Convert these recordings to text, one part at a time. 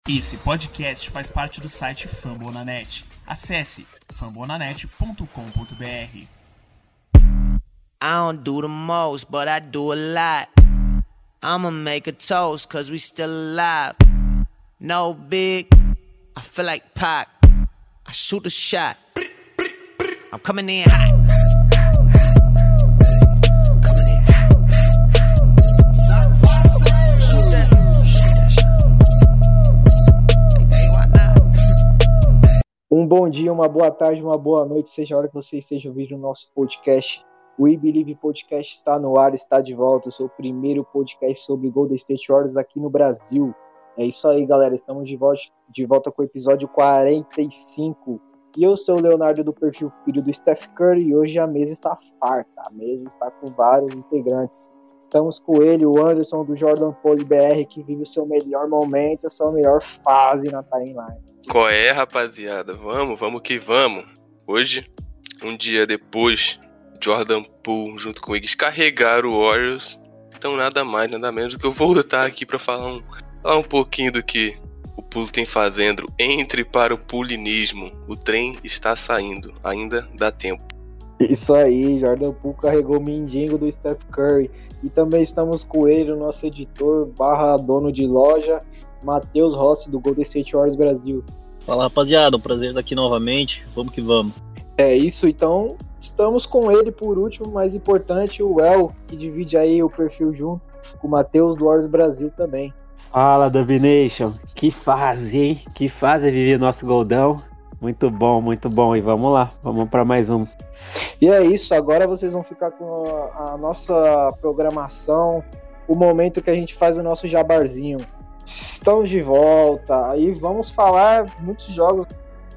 Esse podcast faz parte do site Fambonanet. Acesse fambonanet.com.br. I don't do the most, but I do a lot. I'ma make a toast, cause we still alive. No big, I feel like Pac. I shoot a shot. I'm coming in hot. Um bom dia, uma boa tarde, uma boa noite, seja a hora que você esteja ouvindo o nosso podcast. O We Believe Podcast está no ar, está de volta. Eu sou o primeiro podcast sobre Golden State Warriors aqui no Brasil. É isso aí, galera. Estamos de volta com o episódio 45. E eu sou o Leonardo do perfil Filho do Steph Curry e hoje a mesa está farta. A mesa está com vários integrantes. Estamos com ele, o Anderson do Jordan Poole BR, que vive o seu melhor momento, a sua melhor fase na timeline. Qual é, rapaziada? Vamos que vamos. Hoje, um dia depois, Jordan Poole junto com eles carregaram o Warriors. Então nada mais, nada menos do que eu voltar aqui para falar um pouquinho do que o Poole tem fazendo. Entre para o Poolenismo. O trem está saindo, ainda dá tempo. Isso aí, Jordan Poole carregou o mendigo do Steph Curry. E também estamos com ele, o nosso editor / dono de loja, Matheus Rossi, do Golden State Warriors Brasil. Fala, rapaziada, um prazer estar aqui novamente, vamos que vamos. É isso, então, estamos com ele por último, mais importante, o El, que divide aí o perfil junto com o Matheus do Warriors Brasil também. Fala, Domination, que fase, hein? Que fase viver nosso Goldão. Muito bom, e vamos lá, vamos para mais um. E é isso, agora vocês vão ficar com a nossa programação, o momento que a gente faz o nosso jabarzinho. Estamos de volta e vamos falar muitos jogos.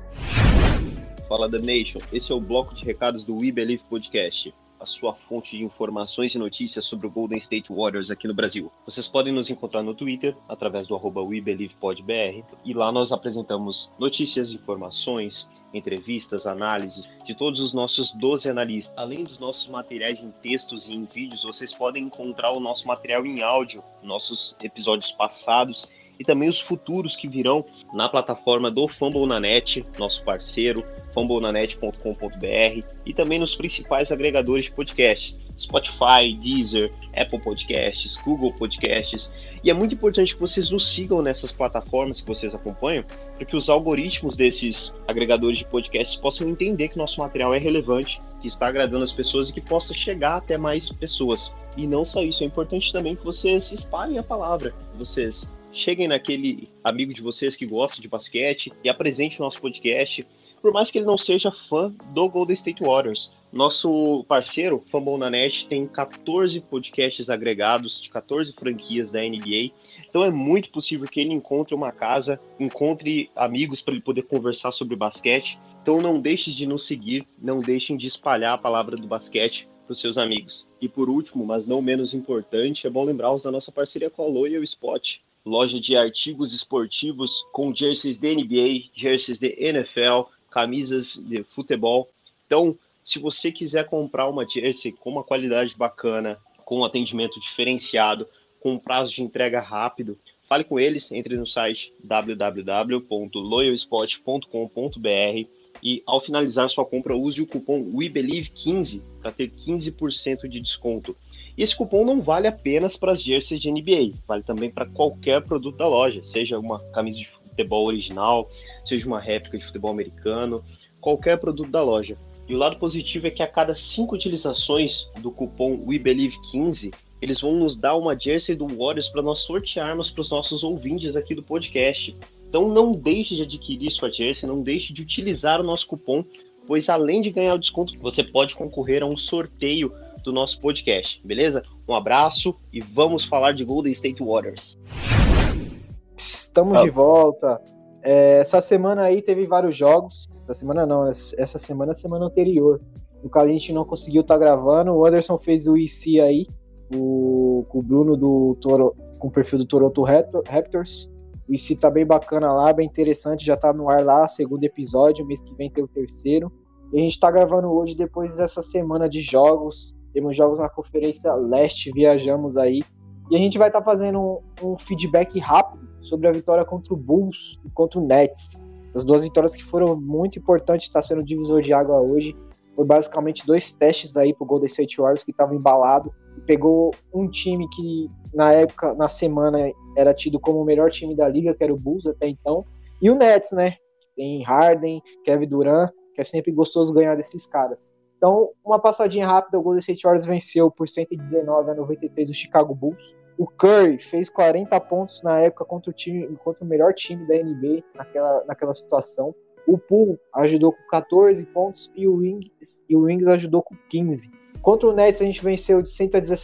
Fala, The Nation. Esse é o bloco de recados do We Believe Podcast, a sua fonte de informações e notícias sobre o Golden State Warriors aqui no Brasil. Vocês podem nos encontrar no Twitter, através do @WeBelievePodBR, e lá nós apresentamos notícias, informações, entrevistas, análises de todos os nossos 12 analistas. Além dos nossos materiais em textos e em vídeos, vocês podem encontrar o nosso material em áudio, nossos episódios passados e também os futuros que virão na plataforma do Fambonanet, nosso parceiro, fambonanet.com.br, e também nos principais agregadores de podcasts, Spotify, Deezer, Apple Podcasts, Google Podcasts. E é muito importante que vocês nos sigam nessas plataformas que vocês acompanham, para que os algoritmos desses agregadores de podcasts possam entender que nosso material é relevante, que está agradando as pessoas e que possa chegar até mais pessoas. E não só isso, é importante também que vocês espalhem a palavra, que vocês cheguem naquele amigo de vocês que gosta de basquete e apresente o nosso podcast, por mais que ele não seja fã do Golden State Warriors. Nosso parceiro, Fambonanet, tem 14 podcasts agregados de 14 franquias da NBA, então é muito possível que ele encontre uma casa, encontre amigos para ele poder conversar sobre basquete. Então não deixem de nos seguir, não deixem de espalhar a palavra do basquete para os seus amigos. E por último, mas não menos importante, é bom lembrá-los da nossa parceria com a Loyal Spot, loja de artigos esportivos com jerseys de NBA, jerseys de NFL, camisas de futebol. Então, se você quiser comprar uma jersey com uma qualidade bacana, com um atendimento diferenciado, com um prazo de entrega rápido, fale com eles, entre no site www.loyalspot.com.br e ao finalizar sua compra, use o cupom WeBelieve15 para ter 15% de desconto. E esse cupom não vale apenas para as jerseys de NBA, vale também para qualquer produto da loja, seja uma camisa de futebol original, seja uma réplica de futebol americano, qualquer produto da loja. E o lado positivo é que a cada 5 utilizações do cupom WeBelieve15, eles vão nos dar uma jersey do Warriors para nós sortearmos para os nossos ouvintes aqui do podcast. Então não deixe de adquirir sua jersey, não deixe de utilizar o nosso cupom, pois além de ganhar o desconto, você pode concorrer a um sorteio do nosso podcast, beleza? Um abraço e vamos falar de Golden State Warriors. Estamos de volta. Essa semana aí teve vários jogos. Essa semana não, essa semana é a semana anterior. No caso a gente não conseguiu estar gravando. O Anderson fez o IC aí, com o Bruno com o perfil do Toronto Raptors. O IC tá bem bacana lá, bem interessante, já tá no ar lá, segundo episódio, mês que vem tem o terceiro. E a gente tá gravando hoje depois dessa semana de jogos. Temos jogos na Conferência Leste, viajamos aí. E a gente vai estar fazendo um feedback rápido sobre a vitória contra o Bulls e contra o Nets. Essas duas vitórias que foram muito importantes, está sendo divisor de água hoje. Foi basicamente 2 testes aí pro Golden State Warriors, que estava embalado. Pegou um time que na época, na semana, era tido como o melhor time da liga, que era o Bulls até então. E o Nets, né? Tem Harden, Kevin Durant, que é sempre gostoso ganhar desses caras. Então, uma passadinha rápida, o Golden State Warriors venceu por 119-93 o Chicago Bulls. O Curry fez 40 pontos na época contra o melhor time da NBA naquela situação. O Poole ajudou com 14 pontos e o Wings ajudou com 15. Contra o Nets a gente venceu de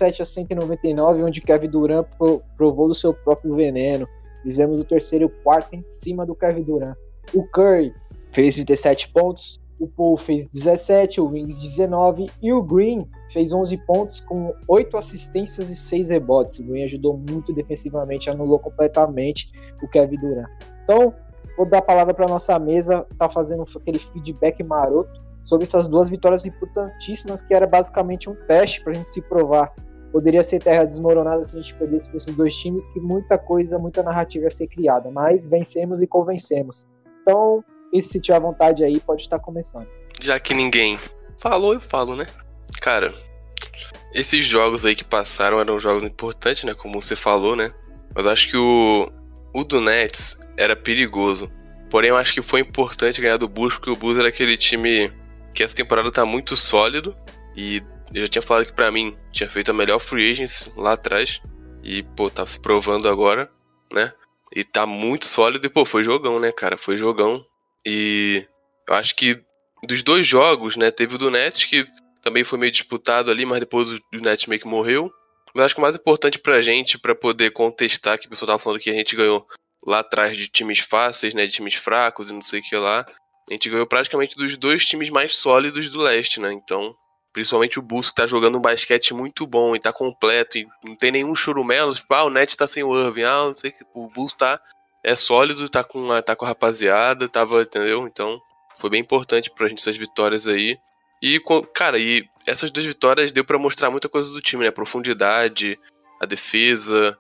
117-199, onde Kevin Durant provou do seu próprio veneno. Fizemos o terceiro e o quarto em cima do Kevin Durant. O Curry fez 37 pontos, o Poole fez 17, o Wings 19 e o Green fez 11 pontos com 8 assistências e 6 rebotes. O Green ajudou muito defensivamente, anulou completamente o Kevin Durant. Então, vou dar a palavra para nossa mesa, tá fazendo aquele feedback maroto sobre essas duas vitórias importantíssimas, que era basicamente um teste para a gente se provar. Poderia ser terra desmoronada se a gente perdesse para esses dois times, que muita narrativa ia ser criada, mas vencemos e convencemos. Então, e se tiver vontade aí, pode estar começando. Já que ninguém falou, eu falo, né? Cara, esses jogos aí que passaram eram jogos importantes, né? Como você falou, né? Mas acho que o do Nets era perigoso. Porém, eu acho que foi importante ganhar do Bulls, porque o Bulls era aquele time que essa temporada tá muito sólido. E eu já tinha falado que pra mim tinha feito a melhor free agency lá atrás. E, pô, tá se provando agora, né? E tá muito sólido. E, pô, foi jogão, né, cara? Foi jogão. E eu acho que dos dois jogos, né, teve o do Nets, que também foi meio disputado ali, mas depois o Nets meio que morreu. Mas acho que o mais importante pra gente, pra poder contestar, que o pessoal tava falando que a gente ganhou lá atrás de times fáceis, né, de times fracos e não sei o que lá, a gente ganhou praticamente dos dois times mais sólidos do leste, né, então, principalmente o Bulls, que tá jogando um basquete muito bom e tá completo, e não tem nenhum churumelo, tipo, o Nets tá sem o Irving, não sei o que, o Bulls é sólido, tá com a rapaziada, entendeu? Então, foi bem importante pra gente essas vitórias aí. E, cara, e essas duas vitórias deu pra mostrar muita coisa do time, né? A profundidade, a defesa,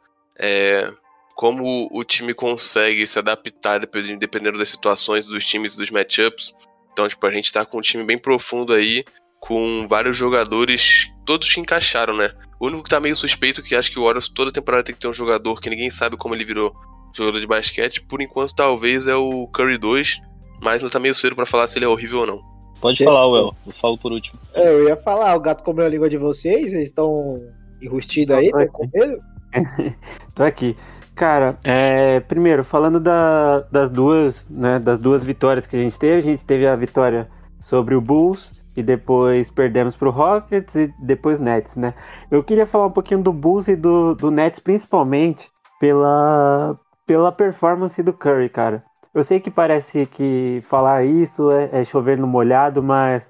como o time consegue se adaptar dependendo das situações dos times e dos matchups. Então, tipo, a gente tá com um time bem profundo aí, com vários jogadores, todos se encaixaram, né? O único que tá meio suspeito, que acho que o Warriors toda temporada tem que ter um jogador que ninguém sabe como ele virou jogador de basquete, por enquanto talvez é o Curry 2, mas não tá meio cedo pra falar se ele é horrível ou não. Pode falar, Well, eu falo por último. Eu ia falar, o gato comeu a língua de vocês estão enrustidos aí, estão com medo? Tô aqui. Cara, primeiro, falando das duas vitórias que a gente teve a vitória sobre o Bulls, e depois perdemos pro Rockets, e depois Nets, né? Eu queria falar um pouquinho do Bulls e do Nets, principalmente pela performance do Curry, cara. Eu sei que parece que falar isso é chover no molhado, mas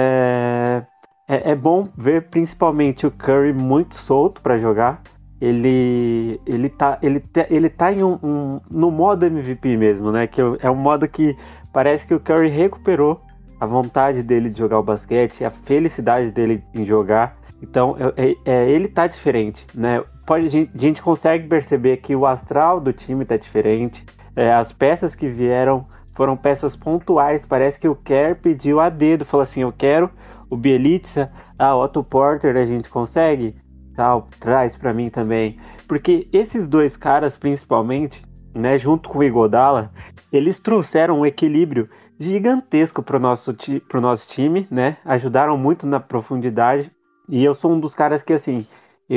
é bom ver principalmente o Curry muito solto para jogar. Ele tá em no modo MVP mesmo, né? Que é um modo que parece que o Curry recuperou a vontade dele de jogar o basquete, a felicidade dele em jogar. Então ele tá diferente, né? A gente consegue perceber que o astral do time tá diferente. As peças que vieram foram peças pontuais. Parece que o Kerr pediu a dedo, falou assim: eu quero o Bjelica, o Otto Porter, a gente consegue? Tal, traz pra mim também. Porque esses dois caras, principalmente, né, junto com o Iguodala, eles trouxeram um equilíbrio gigantesco pro nosso time, né? Ajudaram muito na profundidade. E eu sou um dos caras que, assim,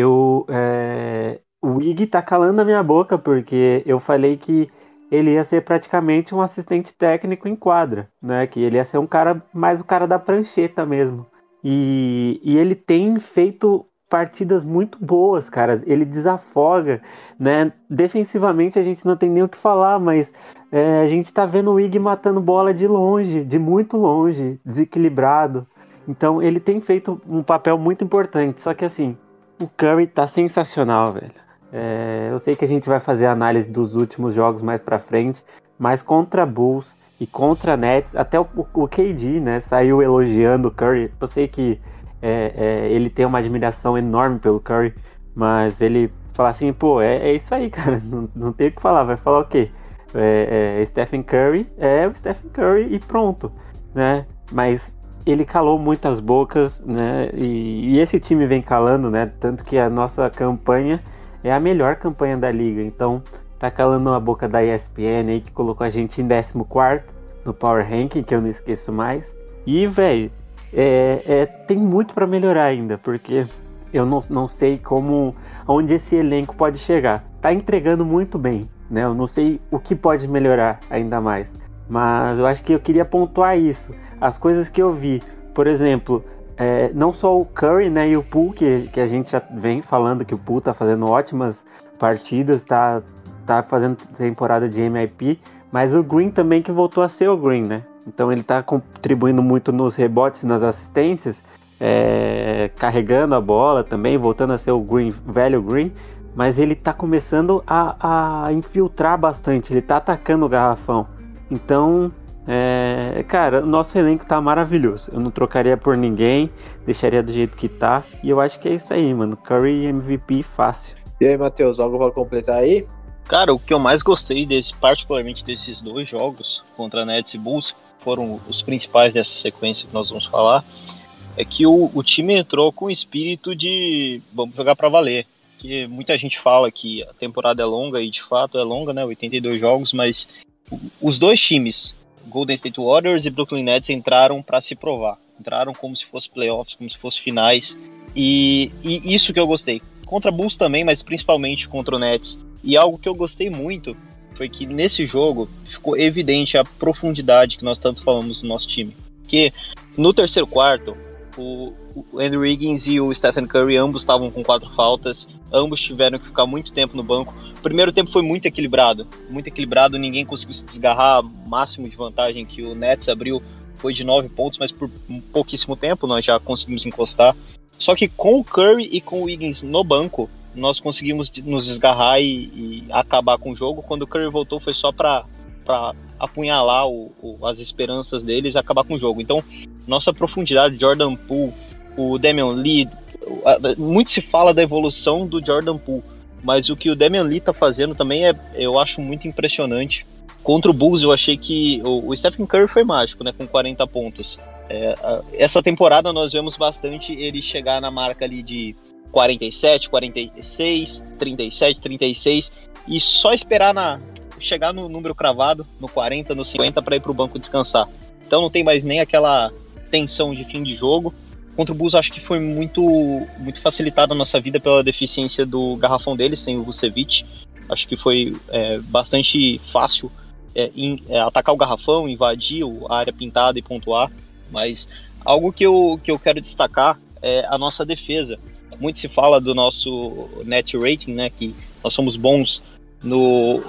o Ig tá calando a minha boca, porque eu falei que ele ia ser praticamente um assistente técnico em quadra, né? Que ele ia ser o cara da prancheta mesmo. E ele tem feito partidas muito boas, cara. Ele desafoga, né? Defensivamente a gente não tem nem o que falar, mas a gente tá vendo o Ig matando bola de longe, de muito longe, desequilibrado. Então ele tem feito um papel muito importante. Só que assim, o Curry tá sensacional, velho. Eu sei que a gente vai fazer a análise dos últimos jogos mais pra frente, mas contra Bulls e contra Nets, até o KD, né, saiu elogiando o Curry. Eu sei que ele tem uma admiração enorme pelo Curry, mas ele falar assim, pô, é isso aí, cara, não tem o que falar, vai falar o quê? Stephen Curry é o Stephen Curry e pronto, né? Mas ele calou muitas bocas, né? E esse time vem calando, né? Tanto que a nossa campanha é a melhor campanha da liga, então tá calando a boca da ESPN aí, que colocou a gente em 14º no Power Ranking, que eu não esqueço mais. E, velho, tem muito pra melhorar ainda, porque eu não sei onde esse elenco pode chegar. Tá entregando muito bem, né? Eu não sei o que pode melhorar ainda mais, mas eu acho que eu queria pontuar isso. As coisas que eu vi, por exemplo, não só o Curry, né, e o Poole, que a gente já vem falando que o Poole tá fazendo ótimas partidas, tá fazendo temporada de MIP, mas o Green também, que voltou a ser o Green, né? Então ele tá contribuindo muito nos rebotes, nas assistências, carregando a bola também, voltando a ser o Green, velho Green, mas ele tá começando a infiltrar bastante, ele tá atacando o garrafão. Então, cara, o nosso elenco tá maravilhoso. Eu não trocaria por ninguém, deixaria do jeito que tá. E eu acho que é isso aí, mano. Curry MVP fácil. E aí, Matheus, algo pra completar aí? Cara, o que eu mais gostei particularmente desses 2 jogos contra Nets e Bulls, foram os principais dessa sequência que nós vamos falar, é que o time entrou com o espírito de vamos jogar pra valer. Que muita gente fala que a temporada é longa, e de fato é longa, né? 82 jogos, mas os 2 times, Golden State Warriors e Brooklyn Nets, entraram para se provar. Entraram como se fosse playoffs, como se fosse finais. E isso que eu gostei. Contra Bulls também, mas principalmente contra o Nets. E algo que eu gostei muito foi que nesse jogo ficou evidente a profundidade que nós tanto falamos do nosso time. Que no terceiro quarto, o Andrew Wiggins e o Stephen Curry ambos estavam com 4 faltas, ambos tiveram que ficar muito tempo no banco. O primeiro tempo foi muito equilibrado, ninguém conseguiu se desgarrar. O máximo de vantagem que o Nets abriu foi de 9 pontos, mas por pouquíssimo tempo nós já conseguimos encostar. Só que com o Curry e com o Wiggins no banco, nós conseguimos nos desgarrar e acabar com o jogo. Quando o Curry voltou foi só para apunhalar as esperanças deles e acabar com o jogo. Então, nossa profundidade, Jordan Poole, o Damian Lee, muito se fala da evolução do Jordan Poole, mas o que o Damian Lee tá fazendo também eu acho muito impressionante. Contra o Bulls eu achei que o Stephen Curry foi mágico, né, com 40 pontos. Essa temporada nós vemos bastante ele chegar na marca ali de 47, 46, 37, 36 e só esperar chegar no número cravado, no 40, no 50 para ir pro banco descansar. Então não tem mais nem aquela tensão de fim de jogo. Contra o Bulls acho que foi muito, muito facilitada a nossa vida pela deficiência do garrafão dele, sem o Vucevic. Acho que foi bastante fácil atacar o garrafão, invadir a área pintada e pontuar. Mas algo que eu quero destacar é a nossa defesa. Muito se fala do nosso net rating, né, que nós somos bons no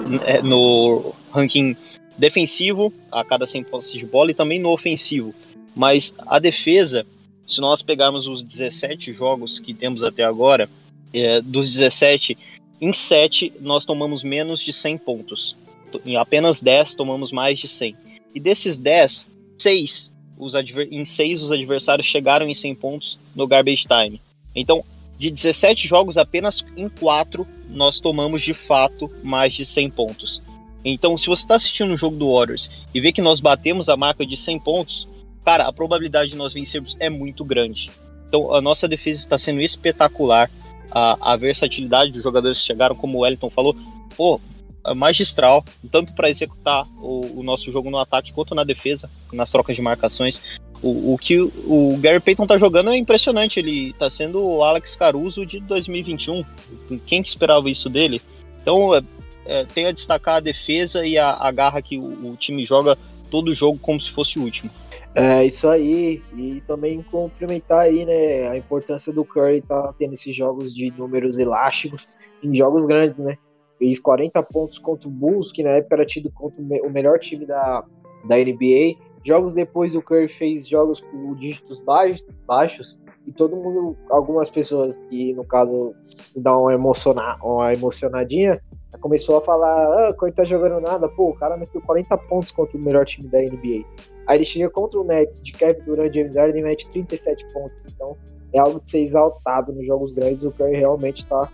ranking defensivo a cada 100 posses de bola e também no ofensivo. Mas a defesa, se nós pegarmos os 17 jogos que temos até agora, dos 17, em 7 nós tomamos menos de 100 pontos. Em apenas 10 tomamos mais de 100. E desses 10, em 6 os adversários chegaram em 100 pontos no garbage time. Então, de 17 jogos, apenas em 4 nós tomamos de fato mais de 100 pontos. Então, se você está assistindo um jogo do Warriors e vê que nós batemos a marca de 100 pontos, cara, a probabilidade de nós vencermos é muito grande. Então, a nossa defesa está sendo espetacular. A versatilidade dos jogadores que chegaram, como o Wellington falou, magistral, tanto para executar o nosso jogo no ataque quanto na defesa, nas trocas de marcações. O que o Gary Payton tá jogando é impressionante. Ele tá sendo o Alex Caruso de 2021. Quem que esperava isso dele? Então, tem a destacar a defesa e a garra que o time joga todo jogo como se fosse o último. É isso aí, e também complementar aí, né, a importância do Curry tá tendo esses jogos de números elásticos em jogos grandes, né? Fez 40 pontos contra o Bulls, que na época era tido como o melhor time da NBA. Jogos depois o Curry fez jogos com dígitos baixos e todo mundo, algumas pessoas que no caso se dá uma emocionadinha, começou a falar, o Curry tá jogando nada, o cara meteu 40 pontos contra o melhor time da NBA. Aí ele chega contra o Nets de Kevin Durant e James Harden e mete 37 pontos. Então é algo de ser exaltado nos jogos grandes. O Curry realmente tá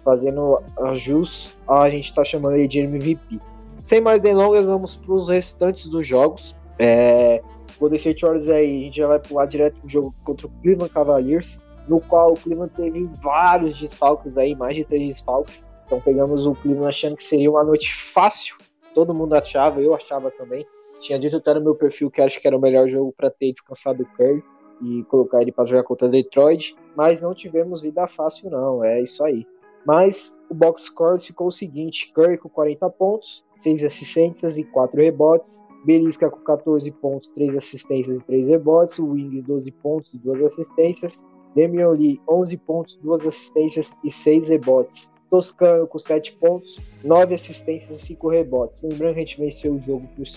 fazendo jus a gente tá chamando ele de MVP. Sem mais delongas, vamos para os restantes dos jogos. Golden State Warriors aí, a gente já vai pular direto pro jogo contra o Cleveland Cavaliers, no qual o Cleveland teve vários desfalques aí, mais de 3 desfalques. Então pegamos o Cleveland achando que seria uma noite fácil, todo mundo achava, eu achava também. Tinha dito até no meu perfil que acho que era o melhor jogo para ter descansado o Curry e colocar ele para jogar contra Detroit, mas não tivemos vida fácil não, é isso aí. Mas o box score ficou o seguinte: Curry com 40 pontos, 6 assistências e 4 rebotes, Belisca com 14 pontos, 3 assistências e 3 rebotes, o Wings 12 pontos e 2 assistências, Damian Lee 11 pontos, 2 assistências e 6 rebotes, Toscano com 7 pontos, 9 assistências e 5 rebotes. Lembrando que a gente venceu o jogo por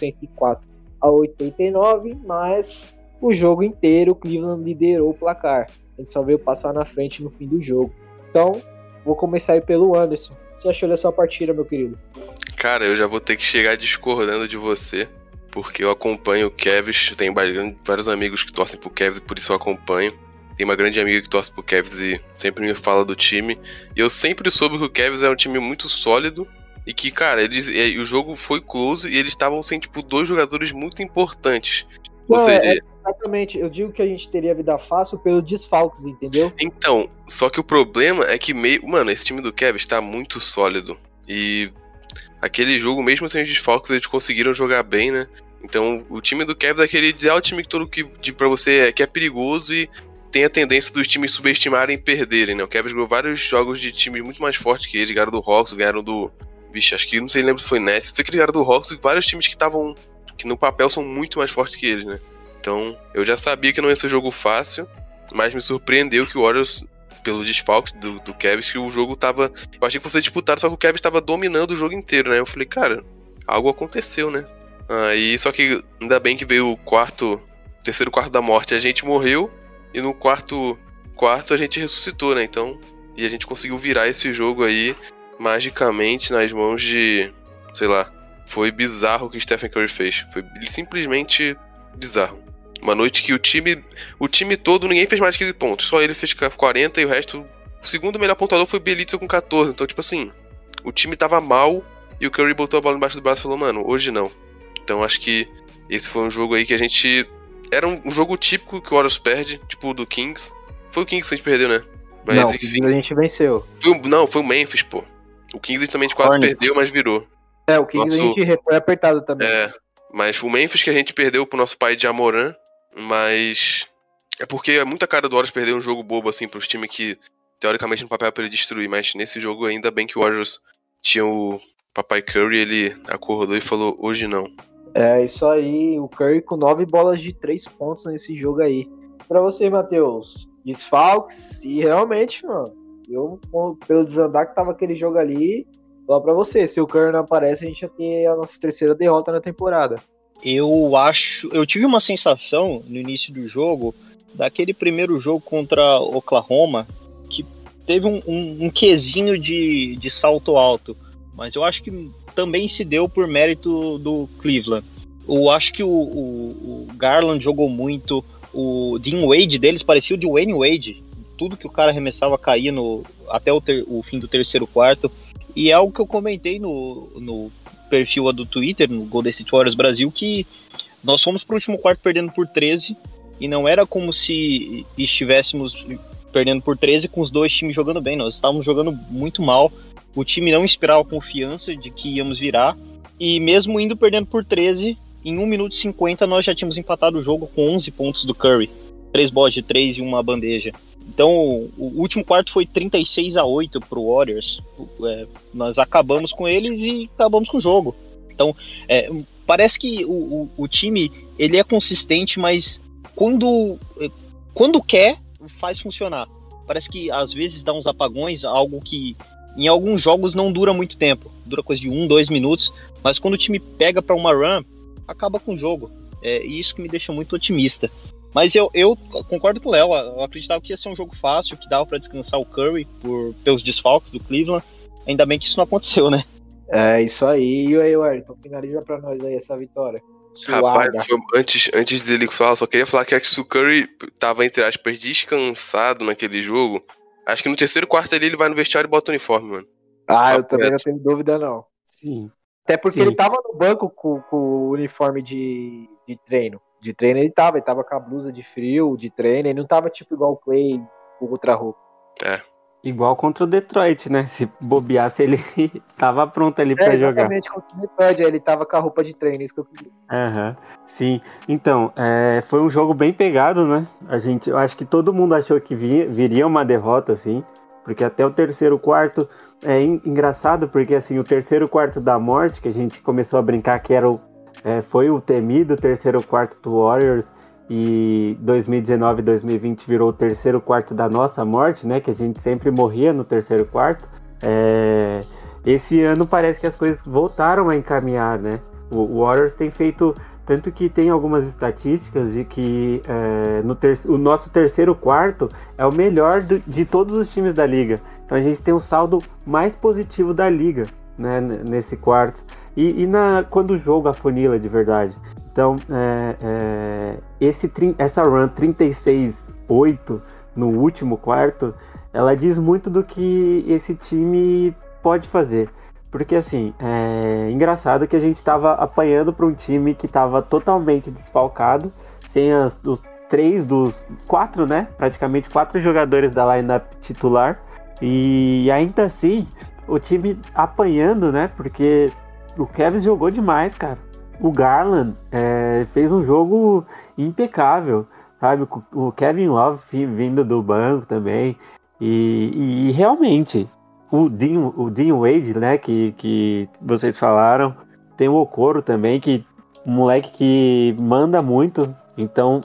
104-89, mas o jogo inteiro o Cleveland liderou o placar. A gente só veio passar na frente no fim do jogo. Então, vou começar aí pelo Anderson. O que você achou dessa partida, meu querido? Cara, eu já vou ter que chegar discordando de você, porque eu acompanho o Cavs, tenho vários amigos que torcem pro Cavs e por isso eu acompanho. Tem uma grande amiga que torce pro Cavs e sempre me fala do time. E eu sempre soube que o Cavs é um time muito sólido e que, cara, o jogo foi close e eles estavam sem, tipo, 2 jogadores muito importantes. Ou seja, exatamente, eu digo que a gente teria vida fácil pelo desfalques, entendeu? Então, só que o problema é que, mano, esse time do Cavs tá muito sólido. E aquele jogo, mesmo sem os desfalques, eles conseguiram jogar bem, né? Então, o time do Cavs é aquele ideal time que pra você que é perigoso e tem a tendência dos times subestimarem e perderem, né? O Cavs ganhou vários jogos de times muito mais fortes que eles, ganharam do Hawks, ganharam do... Vixe, acho que não sei, lembro se foi Nets. Sei que eles ganharam do Hawks e vários times que no papel são muito mais fortes que eles, né? Então, eu já sabia que não ia ser um jogo fácil, mas me surpreendeu que o Warriors, pelo desfalque do Cavs, que o jogo tava... Eu achei que fosse disputado, só que o Cavs tava dominando o jogo inteiro, né? Eu falei, cara, algo aconteceu, né? Aí, só que ainda bem que veio o terceiro quarto da morte, a gente morreu, e no quarto a gente ressuscitou, né? Então, e a gente conseguiu virar esse jogo aí, magicamente, nas mãos de... Sei lá, foi bizarro o que Stephen Curry fez. Foi simplesmente bizarro. Uma noite que o time todo, ninguém fez mais de 15 pontos. Só ele fez 40 e o resto... O segundo melhor pontuador foi o Bjelica com 14. Então, tipo assim, o time tava mal e o Curry botou a bola embaixo do braço e falou, mano, hoje não. Então, acho que esse foi um jogo aí que a gente... Era um jogo típico que o Warriors perde, tipo o do Kings. Foi o Kings que a gente perdeu, né? Mas, não, enfim, a gente venceu. Foi o Memphis, pô. O Kings também a gente quase perdeu, mas virou. O Kings a gente foi apertado também. Mas o Memphis que a gente perdeu pro nosso pai de Jamoran, mas é porque é muita cara do Warriors perder um jogo bobo assim pros times que teoricamente no papel é pra ele destruir, mas nesse jogo ainda bem que o Warriors tinha o papai Curry, ele acordou e falou, hoje não. É isso aí, o Curry com 9 bolas de 3 pontos nesse jogo aí. Pra você, Matheus, desfalques e realmente, mano, eu pelo desandar que tava aquele jogo ali, só pra você, se o Curry não aparece, a gente já tem a nossa 3ª derrota na temporada. Eu tive uma sensação no início do jogo, daquele primeiro jogo contra Oklahoma, que teve um quesinho de salto alto, mas eu acho que também se deu por mérito do Cleveland. Eu acho que o Garland jogou muito, o Dean Wade deles parecia o Dwayne Wade, tudo que o cara arremessava caía até o fim do terceiro quarto, e é algo que eu comentei no perfil do Twitter, no Golden State Warriors Brasil, que nós fomos pro último quarto perdendo por 13, e não era como se estivéssemos perdendo por 13 com os dois times jogando bem, nós estávamos jogando muito mal, o time não inspirava confiança de que íamos virar, e mesmo indo perdendo por 13, em 1 minuto e 50 nós já tínhamos empatado o jogo com 11 pontos do Curry, 3 bolas de 3 e uma bandeja. Então o último quarto foi 36-8 pro Warriors, nós acabamos com eles e acabamos com o jogo. Então parece que o time ele é consistente, mas quando quer, faz funcionar. Parece que às vezes dá uns apagões, algo que em alguns jogos não dura muito tempo, dura coisa de 1-2 minutos, mas quando o time pega para uma run, acaba com o jogo. É isso que me deixa muito otimista. Mas eu concordo com o Léo, eu acreditava que ia ser um jogo fácil, que dava para descansar o Curry pelos desfalques do Cleveland, ainda bem que isso não aconteceu, né? É isso aí, e aí, Wellington, finaliza para nós aí essa vitória. Rapaz, antes dele falar, só queria falar que se o Curry tava, entre aspas, descansado naquele jogo, Acho que no terceiro quarto ali ele vai no vestiário e bota o uniforme, mano. Eu também não tenho dúvida, não. Sim. Até porque ele tava no banco com o uniforme de treino. De treino ele tava com a blusa de frio, de treino, ele não tava tipo igual o Clay com outra roupa. Igual contra o Detroit, né? Se bobeasse, ele tava pronto ali pra jogar. Exatamente, contra o Detroit, ele tava com a roupa de treino, isso que eu quis dizer. Sim. Então, foi um jogo bem pegado, né? Eu acho que todo mundo achou que viria uma derrota, assim, porque até o terceiro quarto é engraçado, porque assim, o terceiro quarto da morte, que a gente começou a brincar que foi o temido terceiro quarto do Warriors, e 2019 e 2020 virou o terceiro quarto da nossa morte, né? Que a gente sempre morria no terceiro quarto. Esse ano parece que as coisas voltaram a encaminhar, né? O Warriors tem feito... Tanto que tem algumas estatísticas de que o nosso terceiro quarto é o melhor de todos os times da liga. Então a gente tem o saldo mais positivo da liga, né, nesse quarto. E quando o jogo afunila de verdade. Então, essa run 36-8 no último quarto, ela diz muito do que esse time pode fazer. Porque, assim, é engraçado que a gente estava apanhando para um time que estava totalmente desfalcado, sem os 3 dos 4, né? Praticamente 4 jogadores da lineup titular. E ainda assim, o time apanhando, né? Porque o Cavs jogou demais, cara. O Garland fez um jogo impecável, sabe? O Kevin Love vindo do banco também. E realmente, o Dean Wade, né? Que vocês falaram. Tem o Okoro também, um moleque que manda muito. Então,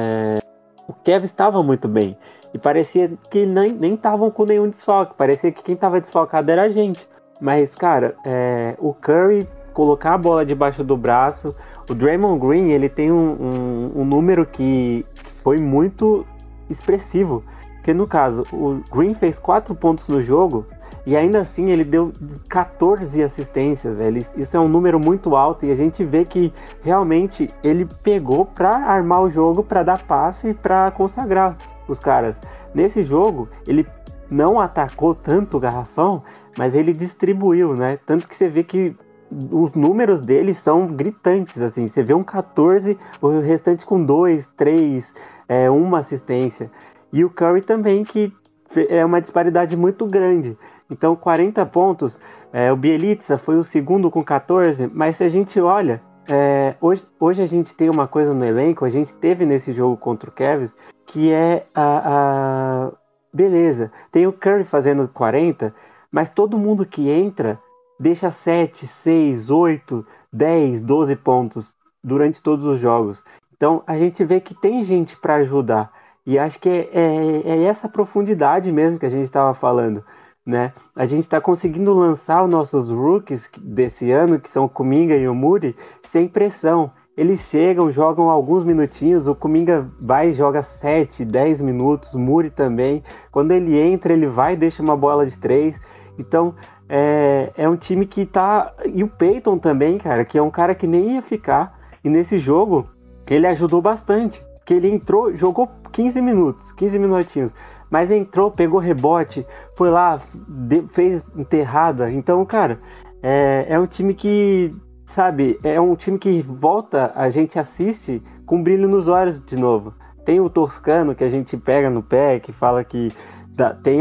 o Kevin estava muito bem. E parecia que nem estavam com nenhum desfalque. Parecia que quem estava desfalcado era a gente. Mas, cara, o Curry colocar a bola debaixo do braço. O Draymond Green, ele tem um número que foi muito expressivo. Porque, no caso, o Green fez 4 pontos no jogo e ainda assim ele deu 14 assistências, velho. Isso é um número muito alto e a gente vê que realmente ele pegou pra armar o jogo, pra dar passe, pra consagrar os caras. Nesse jogo, ele não atacou tanto o garrafão, mas ele distribuiu, né? Tanto que você vê que os números dele são gritantes, assim. Você vê um 14, o restante com 2, 3, uma assistência. E o Curry também, que é uma disparidade muito grande. Então, 40 pontos. O Bjelica foi o segundo com 14, mas se a gente olha, hoje a gente tem uma coisa no elenco, a gente teve nesse jogo contra o Cavs, que é beleza, tem o Curry fazendo 40, mas todo mundo que entra deixa 7, 6, 8, 10, 12 pontos durante todos os jogos. Então a gente vê que tem gente para ajudar. E acho que é essa profundidade mesmo que a gente estava falando, né? A gente está conseguindo lançar os nossos rookies desse ano, que são o Kuminga e o Muri, sem pressão. Eles chegam, jogam alguns minutinhos, o Kuminga vai e joga 7, 10 minutos, o Muri também. Quando ele entra, ele vai e deixa uma bola de 3. Então, é um time que tá... E o Peyton também, cara, que é um cara que nem ia ficar. E nesse jogo, ele ajudou bastante. Porque ele entrou, jogou 15 minutinhos. Mas entrou, pegou rebote, foi lá, fez enterrada. Então, cara, é um time que... Sabe, é um time que volta, a gente assiste com brilho nos olhos de novo. Tem o Toscano que a gente pega no pé, que fala que tem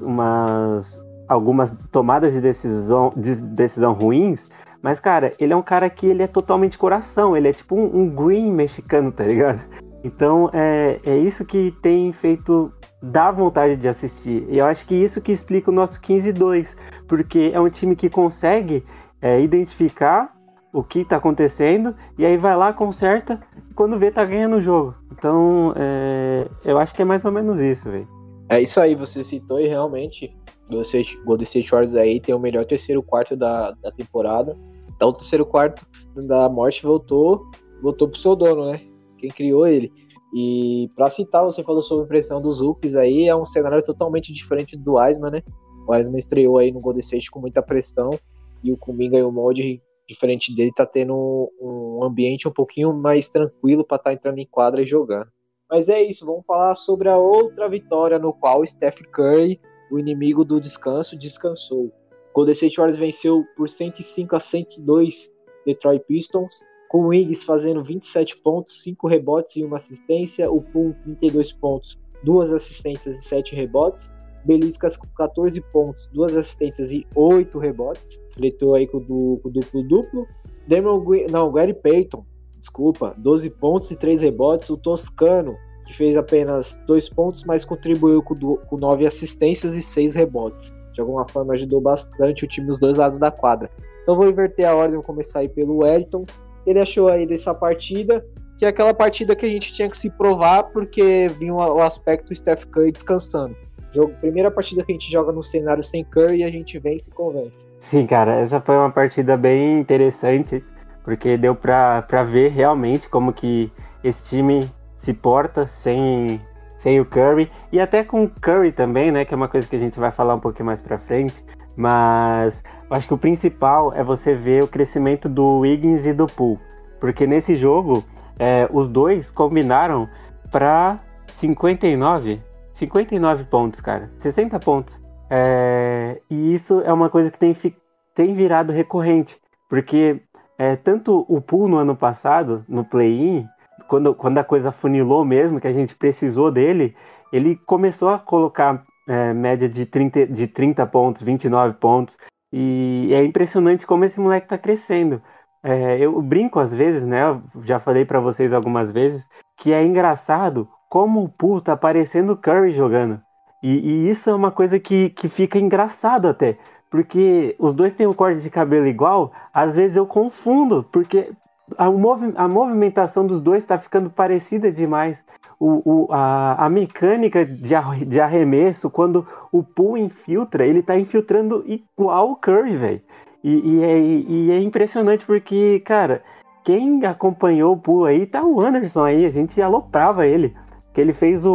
algumas tomadas de decisão ruins, mas, cara, ele é um cara que ele é totalmente coração, ele é tipo um Green mexicano, tá ligado? Então, é isso que tem feito dar vontade de assistir. E eu acho que isso que explica o nosso 15-2, porque é um time que consegue identificar o que está acontecendo, e aí vai lá, conserta, e quando vê, tá ganhando o jogo. Então, eu acho que é mais ou menos isso, velho. É isso aí, você citou, e realmente, o Golden State Warriors aí tem o melhor terceiro quarto da temporada. Então, o terceiro quarto da morte voltou pro seu dono, né? Quem criou ele. E pra citar, você falou sobre a pressão dos rookies aí, é um cenário totalmente diferente do Wiseman, né? O Wiseman estreou aí no Golden State com muita pressão, e o Kuminga e o Molde, diferente dele, tá tendo um ambiente um pouquinho mais tranquilo pra estar entrando em quadra e jogando. Mas é isso, vamos falar sobre a outra vitória no qual o Steph Curry, o inimigo do descanso, descansou. Golden State Warriors venceu por 105-102 Detroit Pistons, com o Wiggins fazendo 27 pontos, 5 rebotes e 1 assistência, o Poole 32 pontos, 2 assistências e 7 rebotes, Beliscas com 14 pontos, 2 assistências e 8 rebotes, fletou aí com o duplo-duplo, Gary Payton, 12 pontos e 3 rebotes, o Toscano, que fez apenas 2 pontos, mas contribuiu com 9 assistências e 6 rebotes. De alguma forma ajudou bastante o time dos dois lados da quadra. Então vou inverter a ordem, vou começar aí pelo Wellington. Ele achou aí dessa partida, que é aquela partida que a gente tinha que se provar, porque vinha o aspecto Steph Curry descansando. Primeira partida que a gente joga no cenário sem Curry e a gente vence e convence. Sim, cara, essa foi uma partida bem interessante, porque deu pra ver realmente como que esse time se porta sem o Curry, e até com o Curry também, né, que é uma coisa que a gente vai falar um pouquinho mais pra frente, mas eu acho que o principal é você ver o crescimento do Wiggins e do Poole, porque nesse jogo os dois combinaram para 59 pontos, cara, 60 pontos, e isso é uma coisa que tem virado recorrente, porque tanto o Poole no ano passado, no play-in, quando a coisa funilou mesmo, que a gente precisou dele, ele começou a colocar média de 30 pontos, 29 pontos, e é impressionante como esse moleque tá crescendo. Eu brinco às vezes, né, eu já falei pra vocês algumas vezes, que é engraçado como o Poole tá parecendo o Curry jogando, e isso é uma coisa que fica engraçado até, porque os dois têm um corte de cabelo igual, às vezes eu confundo, porque a movimentação dos dois está ficando parecida demais. A mecânica de arremesso, quando o Poole infiltra, ele tá infiltrando igual o Curry, velho. E é impressionante porque, cara, quem acompanhou o Poole aí, tá o Anderson aí, a gente aloprava ele, que ele fez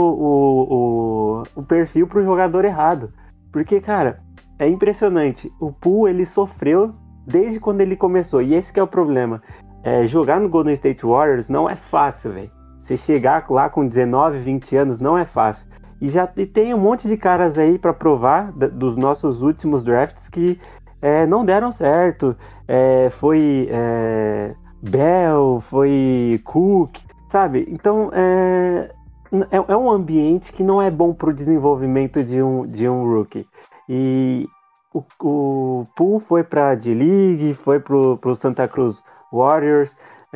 o perfil pro jogador errado. Porque, cara, é impressionante. O Poole, ele sofreu desde quando ele começou, e esse que é o problema. Jogar no Golden State Warriors não é fácil, velho. Você chegar lá com 19, 20 anos não é fácil. E tem um monte de caras aí pra provar dos nossos últimos drafts que não deram certo. Foi Bell, foi Cook, sabe? Então é um ambiente que não é bom pro desenvolvimento de um rookie. E o Poole foi pra D-League, foi pro Santa Cruz Warriors,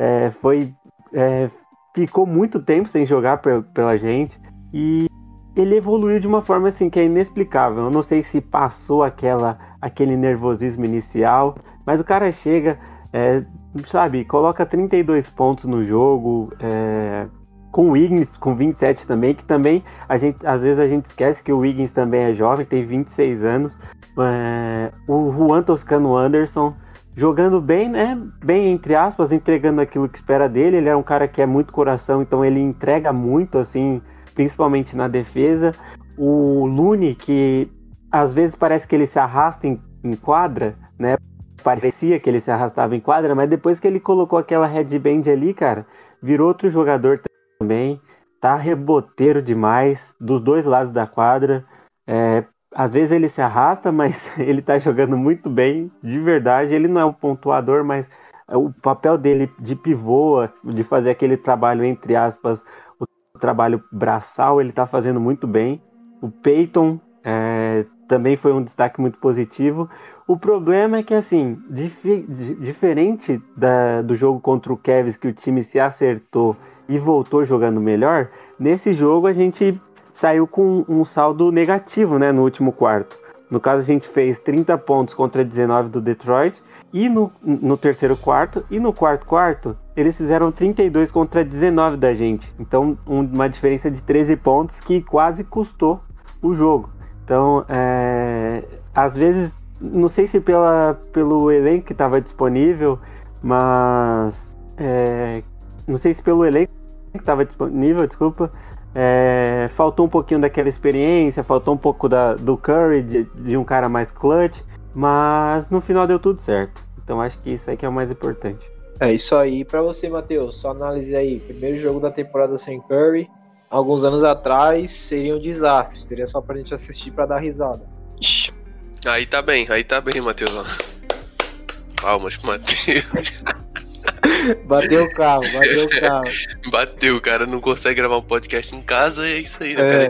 ficou muito tempo sem jogar pela gente, e ele evoluiu de uma forma assim que é inexplicável. Eu não sei se passou aquele nervosismo inicial, mas o cara chega, sabe, coloca 32 pontos no jogo, com o Wiggins com 27 também, que também às vezes a gente esquece que o Wiggins também é jovem, tem 26 anos, o Juan Toscano Anderson jogando bem, né? Bem, entre aspas, entregando aquilo que espera dele. Ele é um cara que é muito coração, então ele entrega muito, assim, principalmente na defesa. O Looney, que às vezes parece que ele se arrasta em quadra, né? Parecia que ele se arrastava em quadra, mas depois que ele colocou aquela headband ali, cara, virou outro jogador também. Tá reboteiro demais, dos dois lados da quadra. Às vezes ele se arrasta, mas ele tá jogando muito bem, de verdade. Ele não é um pontuador, mas o papel dele de pivô, de fazer aquele trabalho, entre aspas, o trabalho braçal, ele tá fazendo muito bem. O Payton também foi um destaque muito positivo. O problema é que, assim, diferente do jogo contra o Cavs, que o time se acertou e voltou jogando melhor, nesse jogo a gente saiu com um saldo negativo, né, no último quarto. No caso, a gente fez 30 pontos contra 19 do Detroit, e no terceiro quarto, e no quarto quarto, eles fizeram 32 contra 19 da gente. Então, uma diferença de 13 pontos que quase custou o jogo. Então, às vezes, não sei se pelo elenco que estava disponível, mas... não sei se pelo elenco que estava disponível, desculpa, faltou um pouquinho daquela experiência, faltou um pouco do Curry, de um cara mais clutch, mas no final deu tudo certo. Então acho que isso aí que é o mais importante. É isso aí. Pra você, Matheus, só análise aí. Primeiro jogo da temporada sem Curry, alguns anos atrás seria um desastre. Seria só pra gente assistir pra dar risada. Aí tá bem, Matheus. Palmas pro Matheus. Bateu o carro. Bateu, o cara não consegue gravar um podcast em casa, é isso aí, né, cara?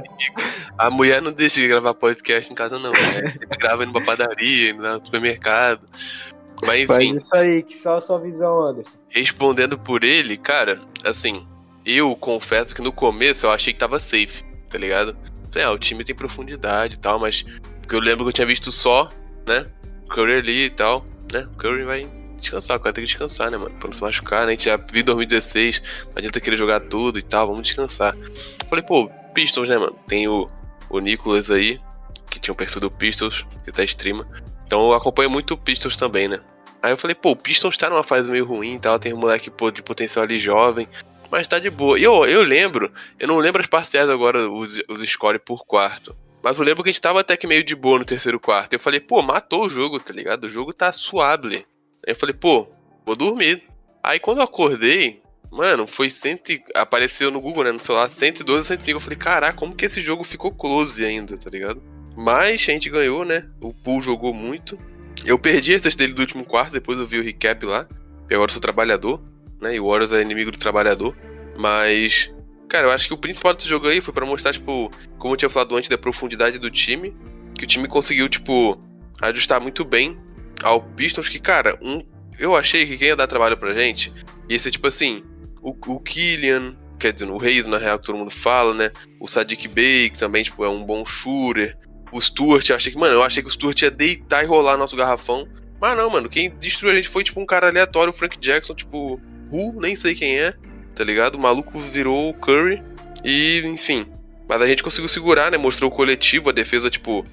A mulher não deixa de gravar podcast em casa, não, né? Ele grava indo pra padaria, indo no supermercado. Mas enfim. Faz isso aí, que só a sua visão, Anderson. Respondendo por ele, cara, assim, eu confesso que no começo eu achei que tava safe, tá ligado? Falei, o time tem profundidade e tal, mas porque eu lembro que eu tinha visto só, né, Curry ali e tal, né, o Curry vai descansar, o cara tem que descansar, né, mano, pra não se machucar, né, a gente já viu 2016, não adianta querer jogar tudo e tal, vamos descansar. Falei, pô, Pistons, né, mano, tem o Nicholas aí, que tinha o perfil do Pistons, que tá streama, então eu acompanho muito o Pistons também, né. Aí eu falei, pô, o Pistons tá numa fase meio ruim e tal, tem um moleque de potencial ali jovem, mas tá de boa. E eu lembro, eu não lembro as parciais agora, os score por quarto, mas eu lembro que a gente tava até que meio de boa no terceiro quarto. Eu falei, pô, matou o jogo, tá ligado? O jogo tá suave. Aí eu falei, pô, vou dormir. Aí quando eu acordei, mano, foi apareceu no Google, né, no celular, 112 ou 105. Eu falei, caraca, como que esse jogo ficou close ainda, tá ligado? Mas a gente ganhou, né? O Poole jogou muito. Eu perdi a cesta dele do último quarto, depois eu vi o recap lá. E agora eu sou trabalhador, né? E o Warriors é inimigo do trabalhador. Mas, cara, eu acho que o principal desse jogo aí foi pra mostrar, tipo, como eu tinha falado antes, da profundidade do time. Que o time conseguiu, tipo, ajustar muito bem ao Pistons. Que, cara, eu achei que quem ia dar trabalho pra gente ia ser, tipo assim, o Killian, quer dizer, o Reis, na real, que todo mundo fala, né? O Sadiq Bey, que também, tipo, é um bom shooter. O Stewart, eu achei que o Stewart ia deitar e rolar nosso garrafão. Mas não, mano, quem destruiu a gente foi, tipo, um cara aleatório, o Frank Jackson, tipo, nem sei quem é, tá ligado? O maluco virou o Curry e, enfim. Mas a gente conseguiu segurar, né? Mostrou o coletivo, a defesa, tipo,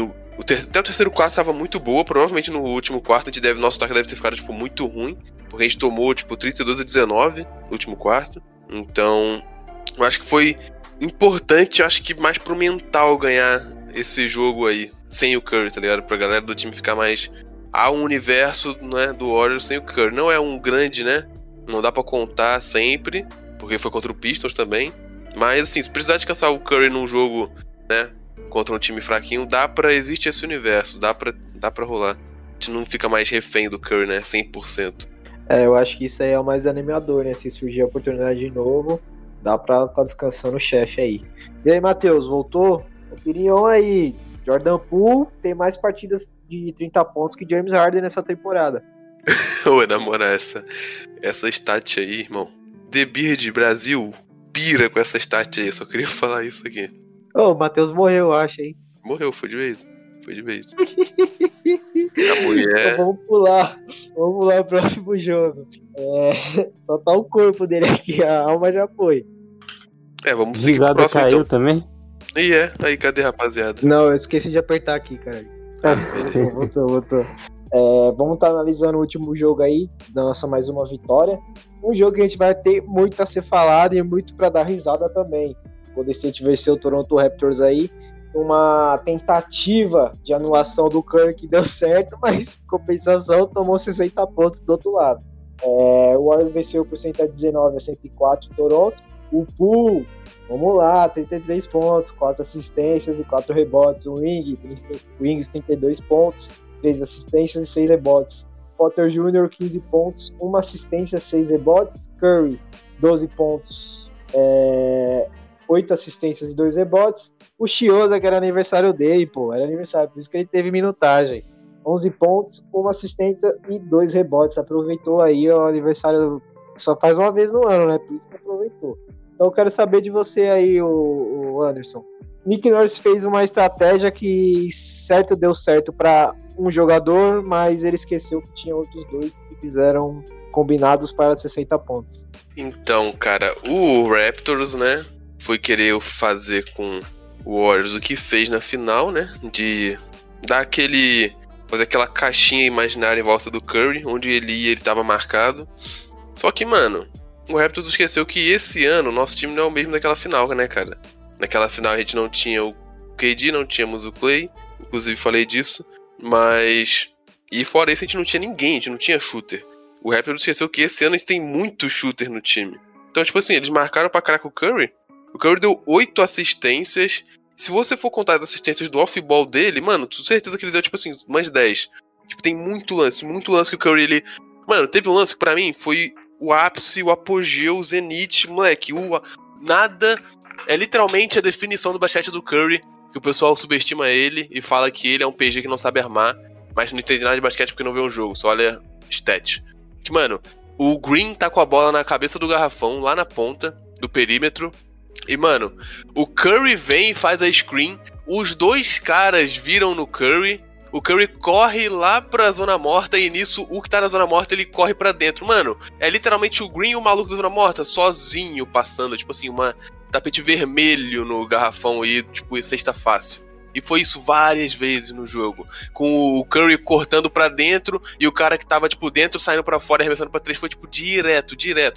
até o terceiro quarto tava muito boa. Provavelmente no último quarto nosso ataque deve ter ficado, tipo, muito ruim, porque a gente tomou, tipo, 32-19 no último quarto. Então, eu acho que foi importante, eu acho que mais pro mental ganhar esse jogo aí, sem o Curry, tá ligado? Pra galera do time ficar mais ao universo, né, do Warriors sem o Curry. Não é um grande, né? Não dá pra contar sempre, porque foi contra o Pistons também. Mas, assim, se precisar descansar o Curry num jogo, né, contra um time fraquinho, existe esse universo, dá pra rolar. A gente não fica mais refém do Curry, né, 100%. Eu acho que isso aí é o mais animador, né? Se surgir a oportunidade de novo, dá pra tá descansando o chefe aí. E aí, Matheus, voltou? Opinião aí, Jordan Poole tem mais partidas de 30 pontos que James Harden nessa temporada. Ô, na moral, essa stat aí, irmão. The Beard Brasil pira com essa stat aí, eu só queria falar isso aqui. O Matheus morreu, eu acho, hein? Morreu, foi de vez. A mulher... Então, vamos pular o próximo jogo. Só tá o corpo dele aqui, a alma já foi. Vamos seguir pro próximo, caiu então. Também? E aí, cadê, rapaziada? Não, eu esqueci de apertar aqui, cara. Voltou. Vamos estar analisando o último jogo aí, da nossa mais uma vitória. Um jogo que a gente vai ter muito a ser falado e muito pra dar risada também. O Golden State venceu o Toronto Raptors aí. Uma tentativa de anulação do Curry que deu certo, mas em compensação tomou 60 pontos do outro lado. O Warriors venceu por 119-104 em Toronto. O Poole, vamos lá, 33 pontos, 4 assistências e 4 rebotes. O Wings 32 pontos, 3 assistências e 6 rebotes. Potter Jr., 15 pontos, 1 assistência, 6 rebotes. Curry, 12 pontos, 8 assistências e 2 rebotes. O Chiosa, que era aniversário dele, era aniversário, por isso que ele teve minutagem. 11 pontos, 1 assistência e 2 rebotes. Aproveitou aí o aniversário, só faz uma vez no ano, né? Por isso que aproveitou. Então eu quero saber de você aí, o Anderson. Nick Nurse fez uma estratégia que deu certo para um jogador, mas ele esqueceu que tinha outros dois que fizeram combinados para 60 pontos. Então, cara, o Raptors, né, foi querer fazer com o Warriors o que fez na final, né, de dar fazer aquela caixinha imaginária em volta do Curry, onde ele ia, ele tava marcado. Só que, mano, o Raptors esqueceu que esse ano o nosso time não é o mesmo daquela final, né, cara? Naquela final a gente não tinha o KD, não tínhamos o Clay, inclusive falei disso, mas... E fora isso a gente não tinha ninguém, a gente não tinha shooter. O Raptors esqueceu que esse ano a gente tem muito shooter no time. Então, tipo assim, eles marcaram pra caraca o Curry, O Curry deu 8 assistências. Se você for contar as assistências do off-ball dele, mano, tenho certeza que ele deu, tipo assim, mais 10. Tipo, tem muito lance que o Curry, ele... Mano, teve um lance que pra mim foi o ápice, o apogeu, o zenith, moleque. Nada... É literalmente a definição do basquete do Curry, que o pessoal subestima ele e fala que ele é um PG que não sabe armar, mas não entende nada de basquete porque não vê um jogo, só olha stat. Que, mano, o Green tá com a bola na cabeça do garrafão, lá na ponta do perímetro, e, mano, o Curry vem e faz a screen, os dois caras viram no Curry, o Curry corre lá pra zona morta e nisso o que tá na zona morta ele corre pra dentro. Mano, é literalmente o Green e o maluco da zona morta sozinho passando, tipo assim, uma tapete vermelho no garrafão e, tipo, cesta fácil. E foi isso várias vezes no jogo. Com o Curry cortando pra dentro e o cara que tava, tipo, dentro saindo pra fora e arremessando pra 3. Foi, tipo, direto.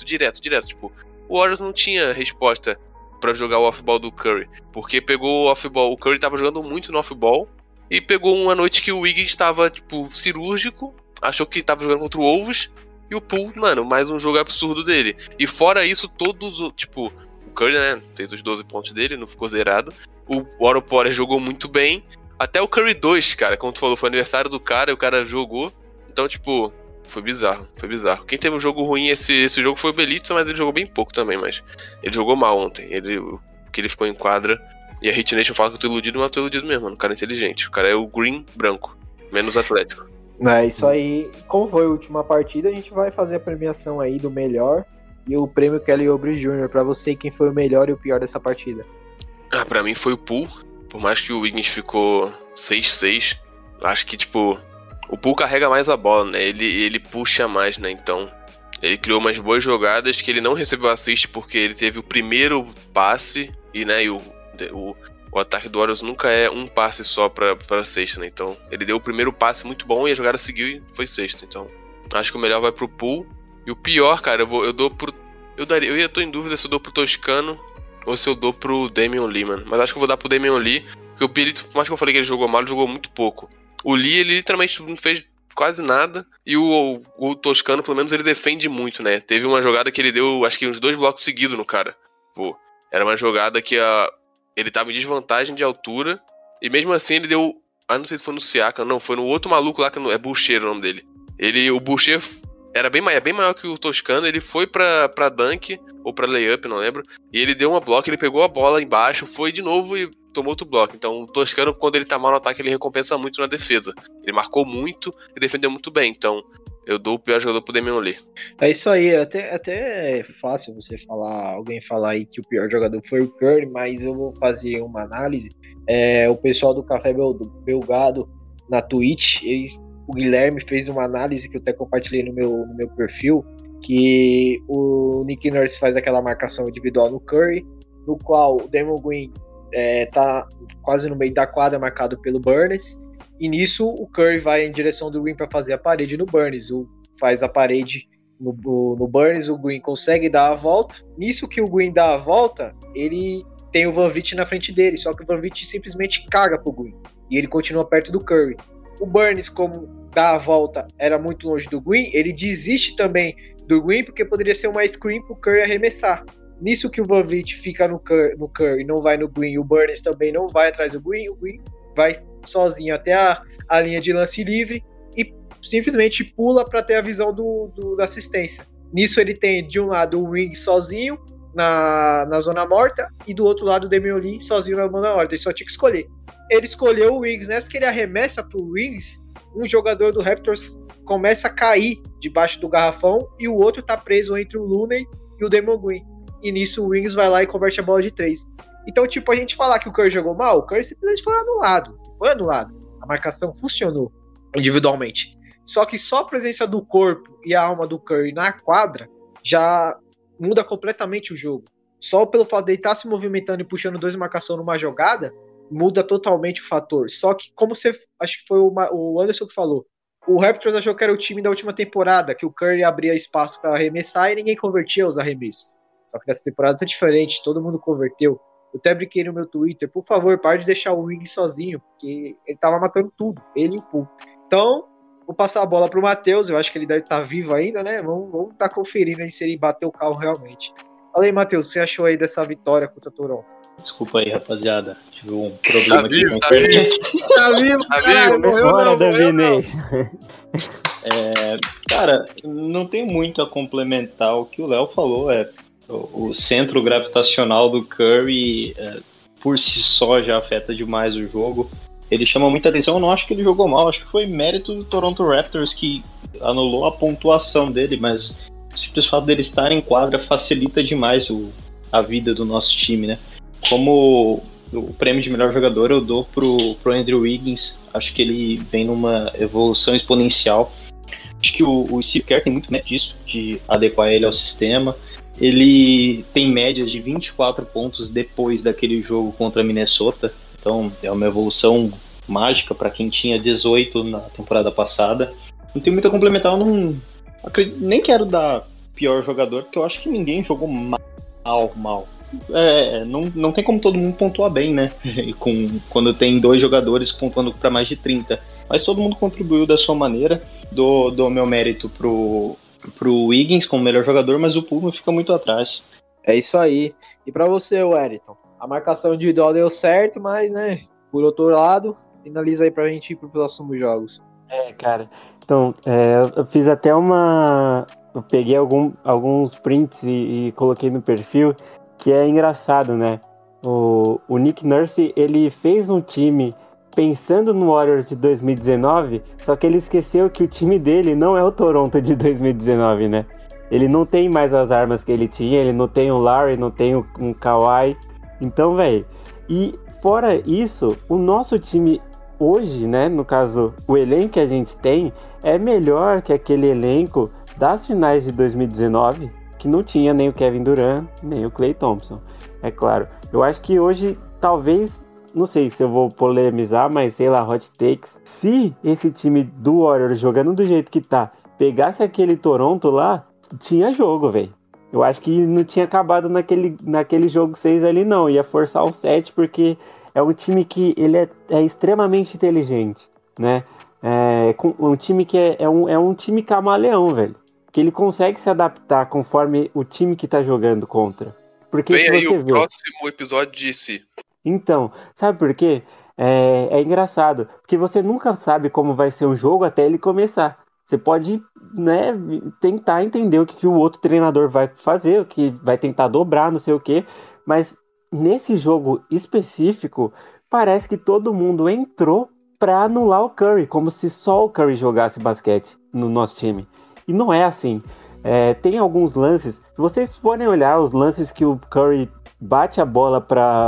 Tipo, o Warriors não tinha resposta pra jogar o off-ball do Curry. Porque pegou o off-ball. O Curry tava jogando muito no off-ball. E pegou uma noite que o Wiggins tava, tipo, cirúrgico. Achou que tava jogando contra o Wolves. E o Poole, mano, mais um jogo absurdo dele. E fora isso, todos, tipo... O Curry, né, fez os 12 pontos dele, não ficou zerado. O Otto Porter jogou muito bem. Até o Curry 2, cara, como tu falou, foi aniversário do cara e o cara jogou. Então, tipo, foi bizarro. Quem teve um jogo ruim esse jogo foi o Bjelica, mas ele jogou bem pouco também, mas ele jogou mal ontem. Porque ele ficou em quadra. E a Hit Nation fala que eu tô iludido, mas eu tô iludido mesmo, mano. O cara é inteligente. O cara é o Green branco, menos atlético. É isso aí. Como foi a última partida, a gente vai fazer a premiação aí do melhor e o prêmio Kelly Oubre Jr. pra você, quem foi o melhor e o pior dessa partida. Pra mim foi o Poole. Por mais que o Wiggins ficou 6-6, acho que, tipo, o Poole carrega mais a bola, né? Ele puxa mais, né? Então, ele criou umas boas jogadas que ele não recebeu assist porque ele teve o primeiro passe e, né, e o ataque do Warriors nunca é um passe só pra sexta, né? Então, ele deu o primeiro passe muito bom e a jogada seguiu e foi sexta. Então, acho que o melhor vai pro Poole. E o pior, cara, eu ia tô em dúvida se eu dou pro Toscano ou se eu dou pro Damian Lee, mano. Mas acho que eu vou dar pro Damian Lee, porque o Bjelica, por mais que eu falei que ele jogou mal, ele jogou muito pouco. O Lee, ele literalmente não fez quase nada, e o Toscano, pelo menos, ele defende muito, né? Teve uma jogada que ele deu, acho que uns 2 blocos seguidos no cara. Pô, era uma jogada que ele tava em desvantagem de altura, e mesmo assim ele deu... não sei se foi no Siakam, não, foi no outro maluco lá, que é Boucher o nome dele. O Boucher era bem maior que o Toscano, ele foi pra dunk, ou pra layup, não lembro, e ele deu uma bloco, ele pegou a bola embaixo, foi de novo e tomou outro bloco. Então o Toscano, quando ele tá mal no ataque, ele recompensa muito na defesa. Ele marcou muito e defendeu muito bem, então eu dou o pior jogador pro Damian Lee. É isso aí, até é fácil você alguém falar aí que o pior jogador foi o Curry, mas eu vou fazer uma análise. O pessoal do Café Belgado na Twitch, o Guilherme fez uma análise que eu até compartilhei no meu perfil, que o Nick Nurse faz aquela marcação individual no Curry, no qual o Draymond Green tá quase no meio da quadra, marcado pelo Burns, e nisso o Curry vai em direção do Green para fazer a parede no Burns, faz a parede no Burns, o Green consegue dar a volta, nisso que o Green dá a volta, ele tem o Van Vliet na frente dele, só que o Van Vliet simplesmente caga pro Green, e ele continua perto do Curry. O Burns, como dá a volta, era muito longe do Green, ele desiste também do Green, porque poderia ser uma screen pro Curry arremessar. Nisso que o Van Vliet fica no Curry, não vai no Green, o Burns também não vai atrás do Green, o Green vai sozinho até a linha de lance livre e simplesmente pula para ter a visão da assistência. Nisso ele tem de um lado o Wing sozinho na zona morta e do outro lado o Damian Lee sozinho na zona morta, ele só tinha que escolher. Ele escolheu o Wings, nessa que ele arremessa pro Wings, um jogador do Raptors começa a cair debaixo do garrafão e o outro tá preso entre o Looney e o Draymond Green. E nisso o Wings vai lá e converte a bola de 3. Então, tipo, a gente falar que o Curry jogou mal, o Curry simplesmente foi anulado. A marcação funcionou individualmente. Só que só a presença do corpo e a alma do Curry na quadra já muda completamente o jogo. Só pelo fato de ele estar se movimentando e puxando 2 marcação numa jogada, muda totalmente o fator. Só que, como acho que foi o Anderson que falou, o Raptors achou que era o time da última temporada, que o Curry abria espaço para arremessar e ninguém convertia os arremessos. Só que nessa temporada tá diferente, todo mundo converteu. Eu até brinquei no meu Twitter, por favor, pare de deixar o Wing sozinho, porque ele tava matando tudo, ele e o Poole. Então, vou passar a bola pro Matheus, eu acho que ele deve estar vivo ainda, né? Vamos estar conferindo aí se ele bateu o carro realmente. Fala aí, Matheus, você achou aí dessa vitória contra o Toronto? Desculpa aí, rapaziada. Tive um problema Tá aqui vivo, com a tá vivo. internet. Tá vivo, caralho, morreu Bora, não, Davi morreu não. Nation. Cara, não tem muito a complementar o que o Léo falou. O centro gravitacional do Curry, por si só, já afeta demais o jogo. Ele chama muita atenção. Eu não acho que ele jogou mal. Acho que foi mérito do Toronto Raptors que anulou a pontuação dele, mas o simples fato dele estar em quadra facilita demais a vida do nosso time, né? Como o prêmio de melhor jogador eu dou pro Andrew Wiggins. Acho que ele vem numa evolução exponencial. Acho que o Steve Kerr tem muito mérito disso, de adequar ele ao sistema. Ele tem médias de 24 pontos depois daquele jogo contra a Minnesota. Então é uma evolução mágica para quem tinha 18 na temporada passada. Não tem muito a complementar, eu nem quero dar pior jogador, porque eu acho que ninguém jogou mal. Não tem como todo mundo pontuar bem, né? Quando tem 2 jogadores pontuando para mais de 30. Mas todo mundo contribuiu da sua maneira. Dou meu mérito pro Wiggins como melhor jogador, mas o Puma fica muito atrás. É isso aí. E pra você, Wellington? A marcação individual deu certo, mas, né, por outro lado, finaliza aí pra gente ir pros próximos jogos. Cara, então, eu fiz até eu peguei alguns prints e coloquei no perfil, que é engraçado, né? O Nick Nurse, ele fez um time pensando no Warriors de 2019, só que ele esqueceu que o time dele não é o Toronto de 2019, né? Ele não tem mais as armas que ele tinha, ele não tem o Larry, não tem um Kawhi. Então, velho, e fora isso, o nosso time hoje, né, no caso, o elenco que a gente tem é melhor que aquele elenco das finais de 2019, que não tinha nem o Kevin Durant, nem o Klay Thompson. É claro, eu acho que hoje, talvez, não sei se eu vou polemizar, mas sei lá, hot takes, se esse time do Warriors jogando do jeito que tá, pegasse aquele Toronto lá, tinha jogo, velho. Eu acho que não tinha acabado naquele jogo 6 ali, não. Ia forçar o 7, porque é um time que ele é extremamente inteligente, né? Um time que é um time camaleão, velho. Que ele consegue se adaptar conforme o time que tá jogando contra. Porque Vem se aí você o próximo episódio de Si. Então, sabe por quê? É engraçado. Porque você nunca sabe como vai ser um jogo até ele começar. Você pode, né, tentar entender o que o outro treinador vai fazer, o que vai tentar dobrar, não sei o quê. Mas nesse jogo específico, parece que todo mundo entrou para anular o Curry, como se só o Curry jogasse basquete no nosso time. E não é assim. Tem alguns lances, se vocês forem olhar os lances que o Curry bate a bola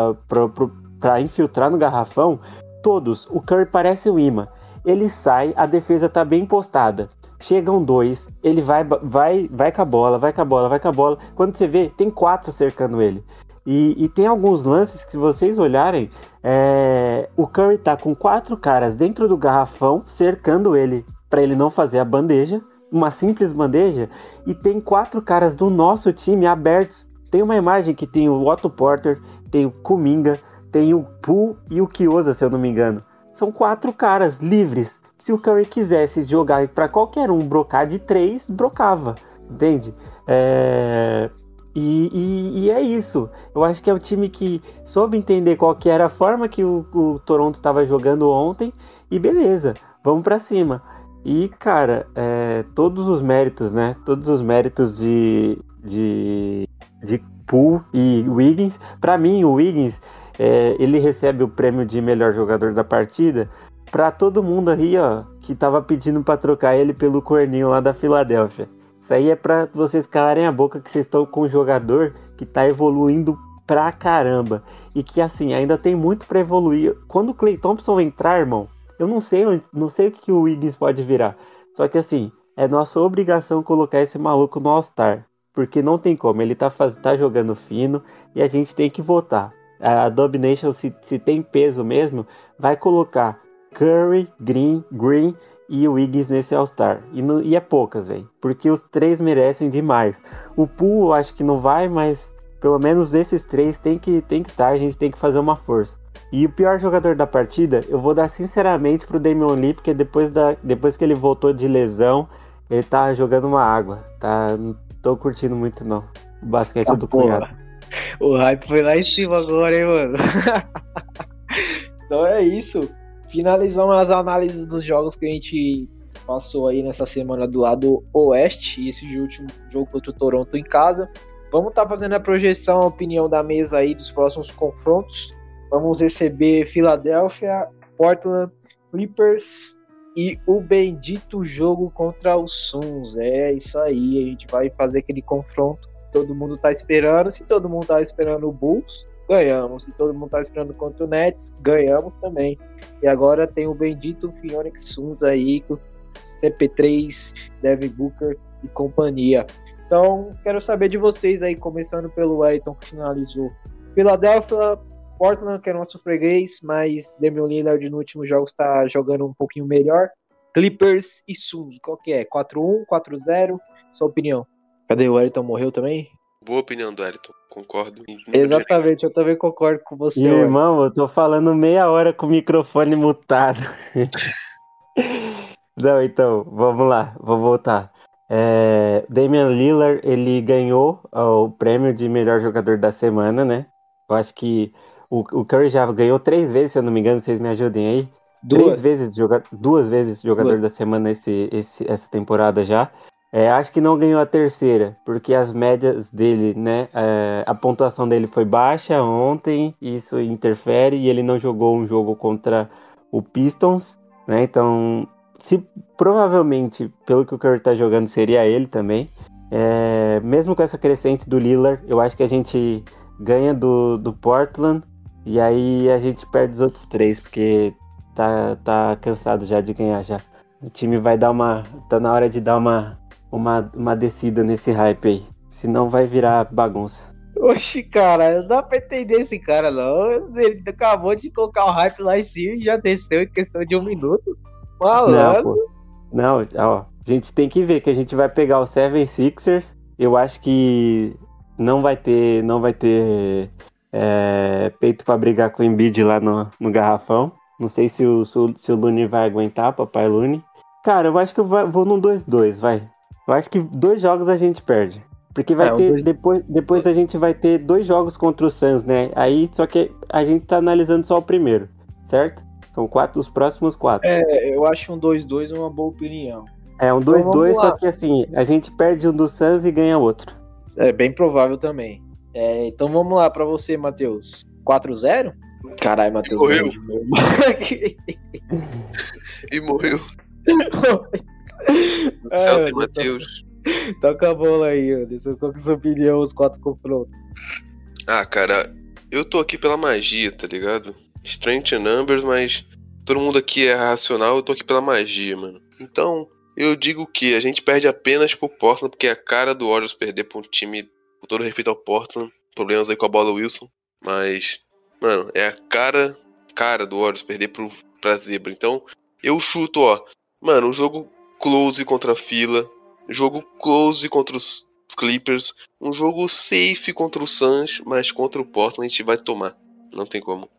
para infiltrar no garrafão, todos, o Curry parece um imã. Ele sai, a defesa tá bem postada. Chegam 2, ele vai com a bola. Quando você vê, tem 4 cercando ele. E tem alguns lances que, se vocês olharem, o Curry tá com 4 caras dentro do garrafão, cercando ele, para ele não fazer a bandeja, uma simples bandeja, e tem 4 caras do nosso time abertos. Tem uma imagem que tem o Otto Porter, tem o Kuminga, tem o Poole e o Chiozza, se eu não me engano. São 4 caras livres. Se o Curry quisesse jogar para qualquer um brocar de 3, brocava. Entende? E é isso. Eu acho que é um time que soube entender qual que era a forma que o Toronto estava jogando ontem. E beleza, vamos para cima. E, cara, todos os méritos, né? Todos os méritos de Poole e Wiggins. Para mim, o Wiggins... ele recebe o prêmio de melhor jogador da partida pra todo mundo aí, ó, que tava pedindo pra trocar ele pelo corninho lá da Filadélfia. Isso aí é pra vocês calarem a boca, que vocês estão com um jogador que tá evoluindo pra caramba. E que, assim, ainda tem muito pra evoluir. Quando o Klay Thompson entrar, irmão, eu não sei o que o Wiggins pode virar. Só que, assim, é nossa obrigação colocar esse maluco no All-Star. Porque não tem como, ele tá jogando fino e a gente tem que votar. A Dub Nation, se tem peso mesmo, vai colocar Curry, Green e o Wiggins nesse All-Star. E é poucas, velho. Porque os 3 merecem demais. O Poole eu acho que não vai, mas pelo menos nesses 3 tem que estar. A gente tem que fazer uma força. E o pior jogador da partida, eu vou dar sinceramente pro Damian Lee, porque depois que ele voltou de lesão, ele tá jogando uma água. Não tô curtindo muito, não. o basquete do porra. cunhado. O hype foi lá em cima agora, hein, mano? Então é isso. Finalizamos as análises dos jogos que a gente passou aí nessa semana do lado oeste. E esse último jogo contra o Toronto em casa. Vamos estar fazendo a projeção, a opinião da mesa aí dos próximos confrontos. Vamos receber Philadelphia, Portland, Clippers e o bendito jogo contra o Suns. É isso aí, a gente vai fazer aquele confronto que todo mundo tá esperando. Se todo mundo tá esperando o Bulls, ganhamos. Se todo mundo tá esperando contra o Nets, ganhamos também. E agora tem o bendito Phoenix Suns aí, com CP3, Devin Booker e companhia. Então, quero saber de vocês aí, começando pelo Wellington, que finalizou. Philadelphia, Portland, que é nosso freguês, mas Damian Lillard no último jogo está jogando um pouquinho melhor. Clippers e Suns, qual que é? 4-1, 4-0? Sua opinião. Cadê o Wellington? Morreu também? Boa opinião do Wellington, concordo. Exatamente, eu também concordo com você. E, irmão, eu tô falando meia hora com o microfone mutado. Não, então, vamos lá, vou voltar. Damian Lillard, ele ganhou o prêmio de melhor jogador da semana, né? Eu acho que o Curry já ganhou 3 vezes, se eu não me engano, vocês me ajudem aí. 2 vezes jogador da semana essa temporada já. Acho que não ganhou a terceira, porque as médias dele, né? A pontuação dele foi baixa ontem, isso interfere, e ele não jogou um jogo contra o Pistons, né? Então, provavelmente, pelo que o Curry tá jogando, seria ele também. Mesmo com essa crescente do Lillard, eu acho que a gente ganha do Portland, e aí a gente perde os outros 3, porque tá cansado já de ganhar já. O time vai tá na hora de dar uma descida nesse hype aí, senão vai virar bagunça. Oxi, cara, não dá pra entender esse cara, não. Ele acabou de colocar o hype lá em cima e já desceu em questão de 1 minuto. Malandro. Não, ó, a gente tem que ver que a gente vai pegar o 76ers. Eu acho que não vai ter peito pra brigar com o Embiid lá no garrafão. Não sei se o Looney vai aguentar, papai Looney. Cara, eu acho que eu vou num 2-2, vai. Eu acho que 2 jogos a gente perde. Porque vai ter, depois a gente vai ter 2 jogos contra o Suns, né? Aí, só que a gente tá analisando só o primeiro, certo? São os próximos 4. Eu acho um 2-2 uma boa opinião. Um 2-2, só que assim, a gente perde um do Suns e ganha outro. É bem provável também. Então vamos lá pra você, Matheus. 4-0? Caralho, Matheus. Morreu. E morreu. Celta e Matheus. Toca a bola aí, Anderson. Qual que é a sua opinião, os 4 confrontos? Cara, eu tô aqui pela magia, tá ligado? Strength and numbers, mas todo mundo aqui é racional, eu tô aqui pela magia, mano. Então, eu digo que a gente perde apenas pro Portland, porque é a cara do Warriors perder pra um time, com todo respeito ao Portland, problemas aí com a bola Wilson, mas, mano, é a cara do Warriors perder pra zebra. Então, eu chuto, mano, um jogo close contra a Fila, jogo close contra os Clippers, um jogo safe contra o Suns, mas contra o Portland a gente vai tomar, não tem como.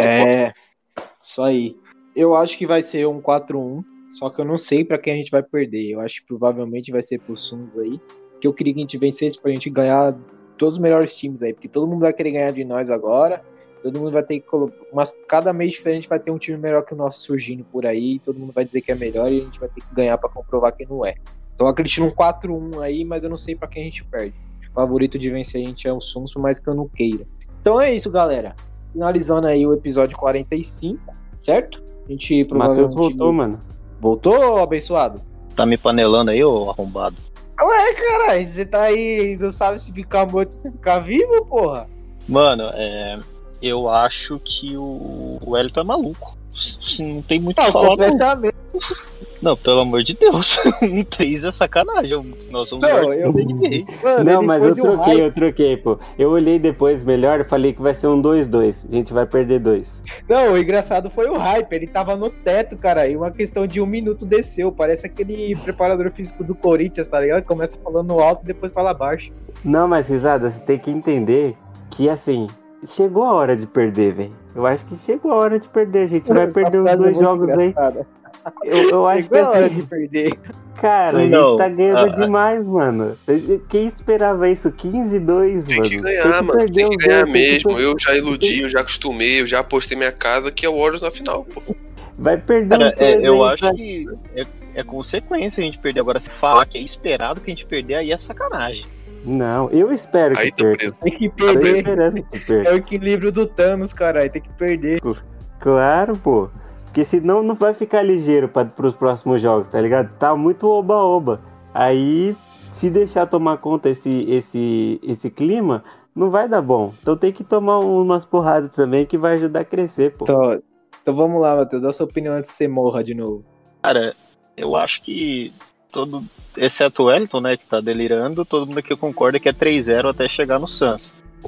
Isso aí. Eu acho que vai ser um 4-1, só que eu não sei pra quem a gente vai perder. Eu acho que provavelmente vai ser pro Suns aí, que eu queria que a gente vencesse pra gente ganhar todos os melhores times aí, porque todo mundo vai querer ganhar de nós agora, todo mundo vai ter que colocar, mas cada mês diferente vai ter um time melhor que o nosso surgindo por aí, todo mundo vai dizer que é melhor e a gente vai ter que ganhar pra comprovar que não é. Então eu acredito num 4-1 aí, mas eu não sei pra quem a gente perde. O favorito de vencer a gente é o Suns, por mais que eu não queira. Então é isso, galera. Finalizando aí o episódio 45, certo? A gente provavelmente... Matheus voltou, mano. Voltou, abençoado? Tá me panelando aí, ô arrombado? Ué, caralho, você tá aí, não sabe se ficar morto ou se ficar vivo, porra? Mano, eu acho que o Wellington é maluco. Não tem muito o que falar. Completamente. Não, pelo amor de Deus. Um 3 é sacanagem. Nós vamos Não, mas eu troquei, pô. Eu olhei depois melhor e falei que vai ser um 2-2. A gente vai perder 2. Não, o engraçado foi o hype. Ele tava no teto, cara. E uma questão de 1 minuto desceu. Parece aquele preparador físico do Corinthians, tá ligado? Começa falando alto e depois fala baixo. Não, mas, risada, você tem que entender que, assim, chegou a hora de perder, velho. Eu acho que chegou a hora de perder. A gente vai perder os 2 jogos aí. Eu acho que é hora de perder. Cara, a Não, gente tá ganhando demais, mano. Quem esperava isso? 15-2, Tem mano. que ganhar, mano. perder Tem que um ganhar jogo, tem que mesmo. Eu já iludi, eu já acostumei, eu já apostei minha casa que é o Warriors na final, pô. Vai perder Cara, uns dois eu aí, acho vai. que é consequência a gente perder. Agora, se falar que é esperado que a gente perder, aí é sacanagem. Não, eu espero Aí que tô perca. preso. Tem que Tô perder. esperando que É perca. o equilíbrio do Thanos, caralho. Tem que perder. Claro, pô. Porque senão não vai ficar ligeiro pros próximos jogos, tá ligado? Tá muito oba-oba. Aí, se deixar tomar conta esse clima, não vai dar bom. Então tem que tomar umas porradas também que vai ajudar a crescer, pô. Então vamos lá, Matheus. Dá sua opinião antes que você morra de novo. Cara, eu acho que exceto o Wellington, né, que tá delirando, todo mundo aqui concorda que é 3-0 até chegar no Suns.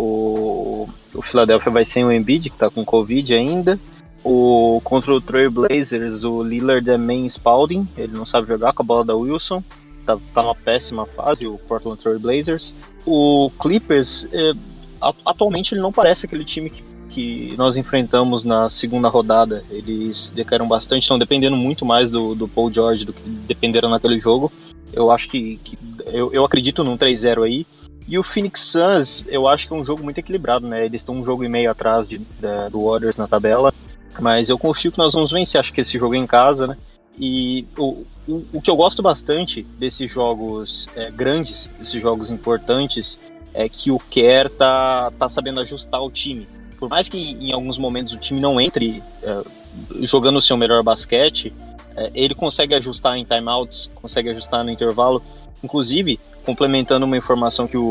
O Philadelphia vai sem o Embiid, que tá com Covid ainda. Contra o Trail Blazers, o Lillard é main Spalding, ele não sabe jogar com a bola da Wilson, tá numa péssima fase, o Portland Trail Blazers. O Clippers, atualmente ele não parece aquele time que nós enfrentamos na segunda rodada. Eles decaíram bastante, estão dependendo muito mais do Paul George do que dependeram naquele jogo. Eu acho que eu acredito num 3-0 aí. E o Phoenix Suns, eu acho que é um jogo muito equilibrado, né? Eles estão um jogo e meio atrás do Warriors na tabela. Mas eu confio que nós vamos vencer. Acho que esse jogo é em casa, né? E o que eu gosto bastante desses jogos grandes, desses jogos importantes, é que o Kerr tá sabendo ajustar o time. Por mais que em alguns momentos o time não entre jogando o seu melhor basquete, ele consegue ajustar em timeouts, consegue ajustar no intervalo. Inclusive, complementando uma informação que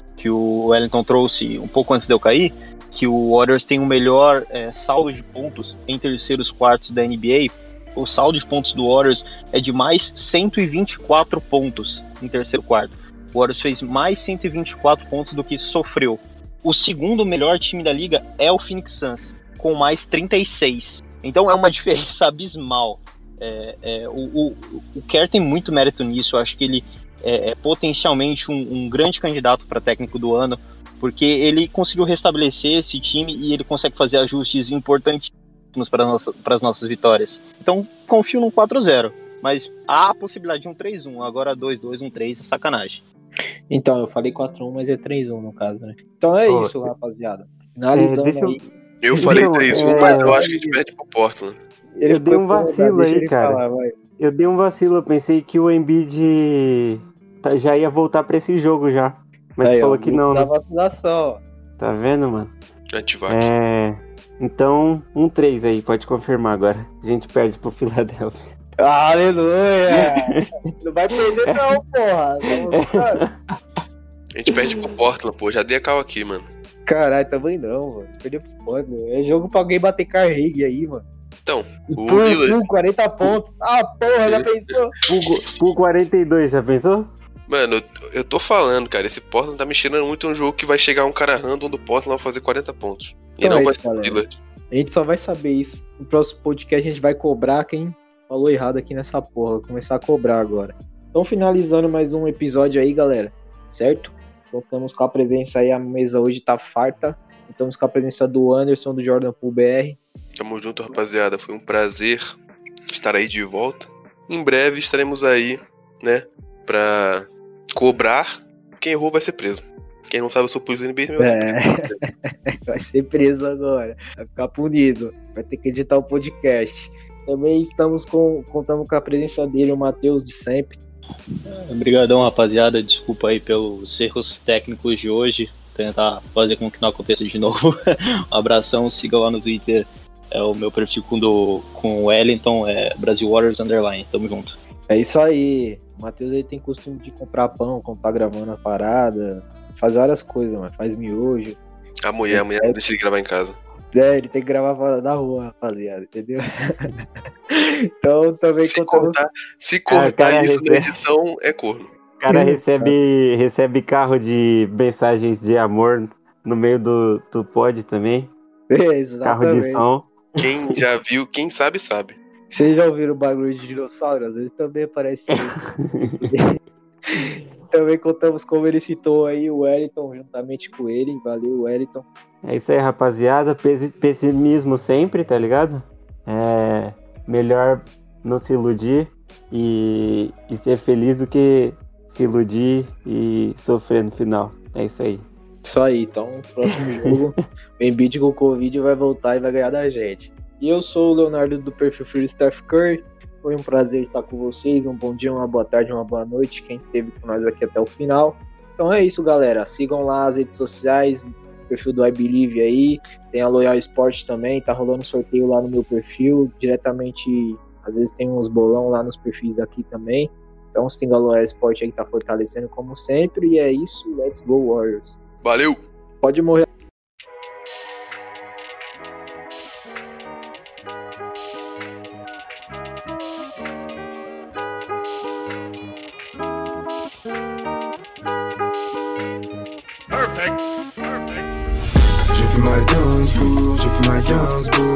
o Wellington trouxe um pouco antes de eu cair, que o Warriors tem o melhor saldo de pontos em terceiros quartos da NBA. O saldo de pontos do Warriors é de mais 124 pontos em terceiro quarto. O Warriors fez mais 124 pontos do que sofreu. O segundo melhor time da liga é o Phoenix Suns, com mais 36. Então é uma diferença abismal. O Kerr tem muito mérito nisso. Eu acho que ele é potencialmente um grande candidato para técnico do ano, porque ele conseguiu restabelecer esse time e ele consegue fazer ajustes importantíssimos para as nossas vitórias. Então, confio num 4-0, mas há a possibilidade de um 3-1, agora 2-2, um 3 é sacanagem. Então, eu falei 4-1, mas é 3-1 no caso, né? Então é isso, rapaziada. Finalizando aí. Eu falei Não, 3-1, mas eu acho que a gente perde pro Portland. Eu dei um vacilo aí, cara. Falar, eu dei um vacilo, eu pensei que o Embiid já ia voltar pra esse jogo já. Mas aí, falou que não, da né? vacilação, ó. Tá vendo, mano? Antivac. Então, 1-3 aí, pode confirmar agora. A gente perde pro Philadelphia. Aleluia! Não vai perder não, porra. A gente perde pro Portland, pô. Já dei a cal aqui, mano. Caralho, também não, mano. Perder pro Portland. É jogo pra alguém bater Carrig aí, mano. Então, o Lillard... 40 pontos. Ah, porra, já pensou? Por 42, já pensou? Mano, eu tô falando, cara. Esse Portland tá me cheirando muito um jogo que vai chegar um cara random do Portland vai fazer 40 pontos. E Então não vai isso, ser o galera. Lillard. A gente só vai saber isso. No próximo podcast a gente vai cobrar quem falou errado aqui nessa porra. Vou começar a cobrar agora. Então, finalizando mais um episódio aí, galera. Certo? Contamos com a presença aí. A mesa hoje tá farta. Contamos com a presença do Anderson, do Jordan Pool BR. Tamo junto, rapaziada. Foi um prazer estar aí de volta. Em breve estaremos aí, né? Pra cobrar. Quem errou vai ser preso. Quem não sabe, eu sou polícia NBA, vai ser preso. Vai ser preso agora. Vai ficar punido. Vai ter que editar o podcast. Também contamos com a presença dele, o Matheus de sempre. Obrigadão, rapaziada. Desculpa aí pelos erros técnicos de hoje. Tentar fazer com que não aconteça de novo. Um abração, siga lá no Twitter. O meu perfil com o Wellington é Brasil Warriors _. Tamo junto. É isso aí. O Matheus aí tem costume de comprar pão quando tá gravando as paradas. Faz várias coisas, mano. Faz miojo. A mulher não deixa ele gravar em casa. Ele tem que gravar fora da rua, rapaziada, entendeu? Então também Se cortar isso na edição, é corno. O cara recebe carro de mensagens de amor no meio do pod também. Exatamente. Carro de som. Quem já viu, quem sabe, sabe. Vocês já ouviram o bagulho de dinossauro? Às vezes também aparece. Também contamos como ele citou aí o Wellington, juntamente com ele. Valeu, Wellington. É isso aí, rapaziada. Pessimismo sempre, tá ligado? Melhor não se iludir. e ser feliz do que se iludir e sofrer no final. É isso aí. Isso aí, então, próximo jogo, o Embiid com o Covid vai voltar e vai ganhar da gente. E eu sou o Leonardo do perfil Free Steph Curry. Foi um prazer estar com vocês. Um bom dia, uma boa tarde, uma boa noite. Quem esteve com nós aqui até o final. Então é isso, galera. Sigam lá as redes sociais, o perfil do I Believe aí. Tem a Loyal Sport também. Tá rolando sorteio lá no meu perfil. Diretamente, às vezes tem uns bolão lá nos perfis aqui também. Então siga a Loyal Sport aí que tá fortalecendo como sempre. E é isso. Let's go, Warriors. Valeu! Pode morrer. J'ai fait ma danse, bouge, j'ai fait ma danse, bouge.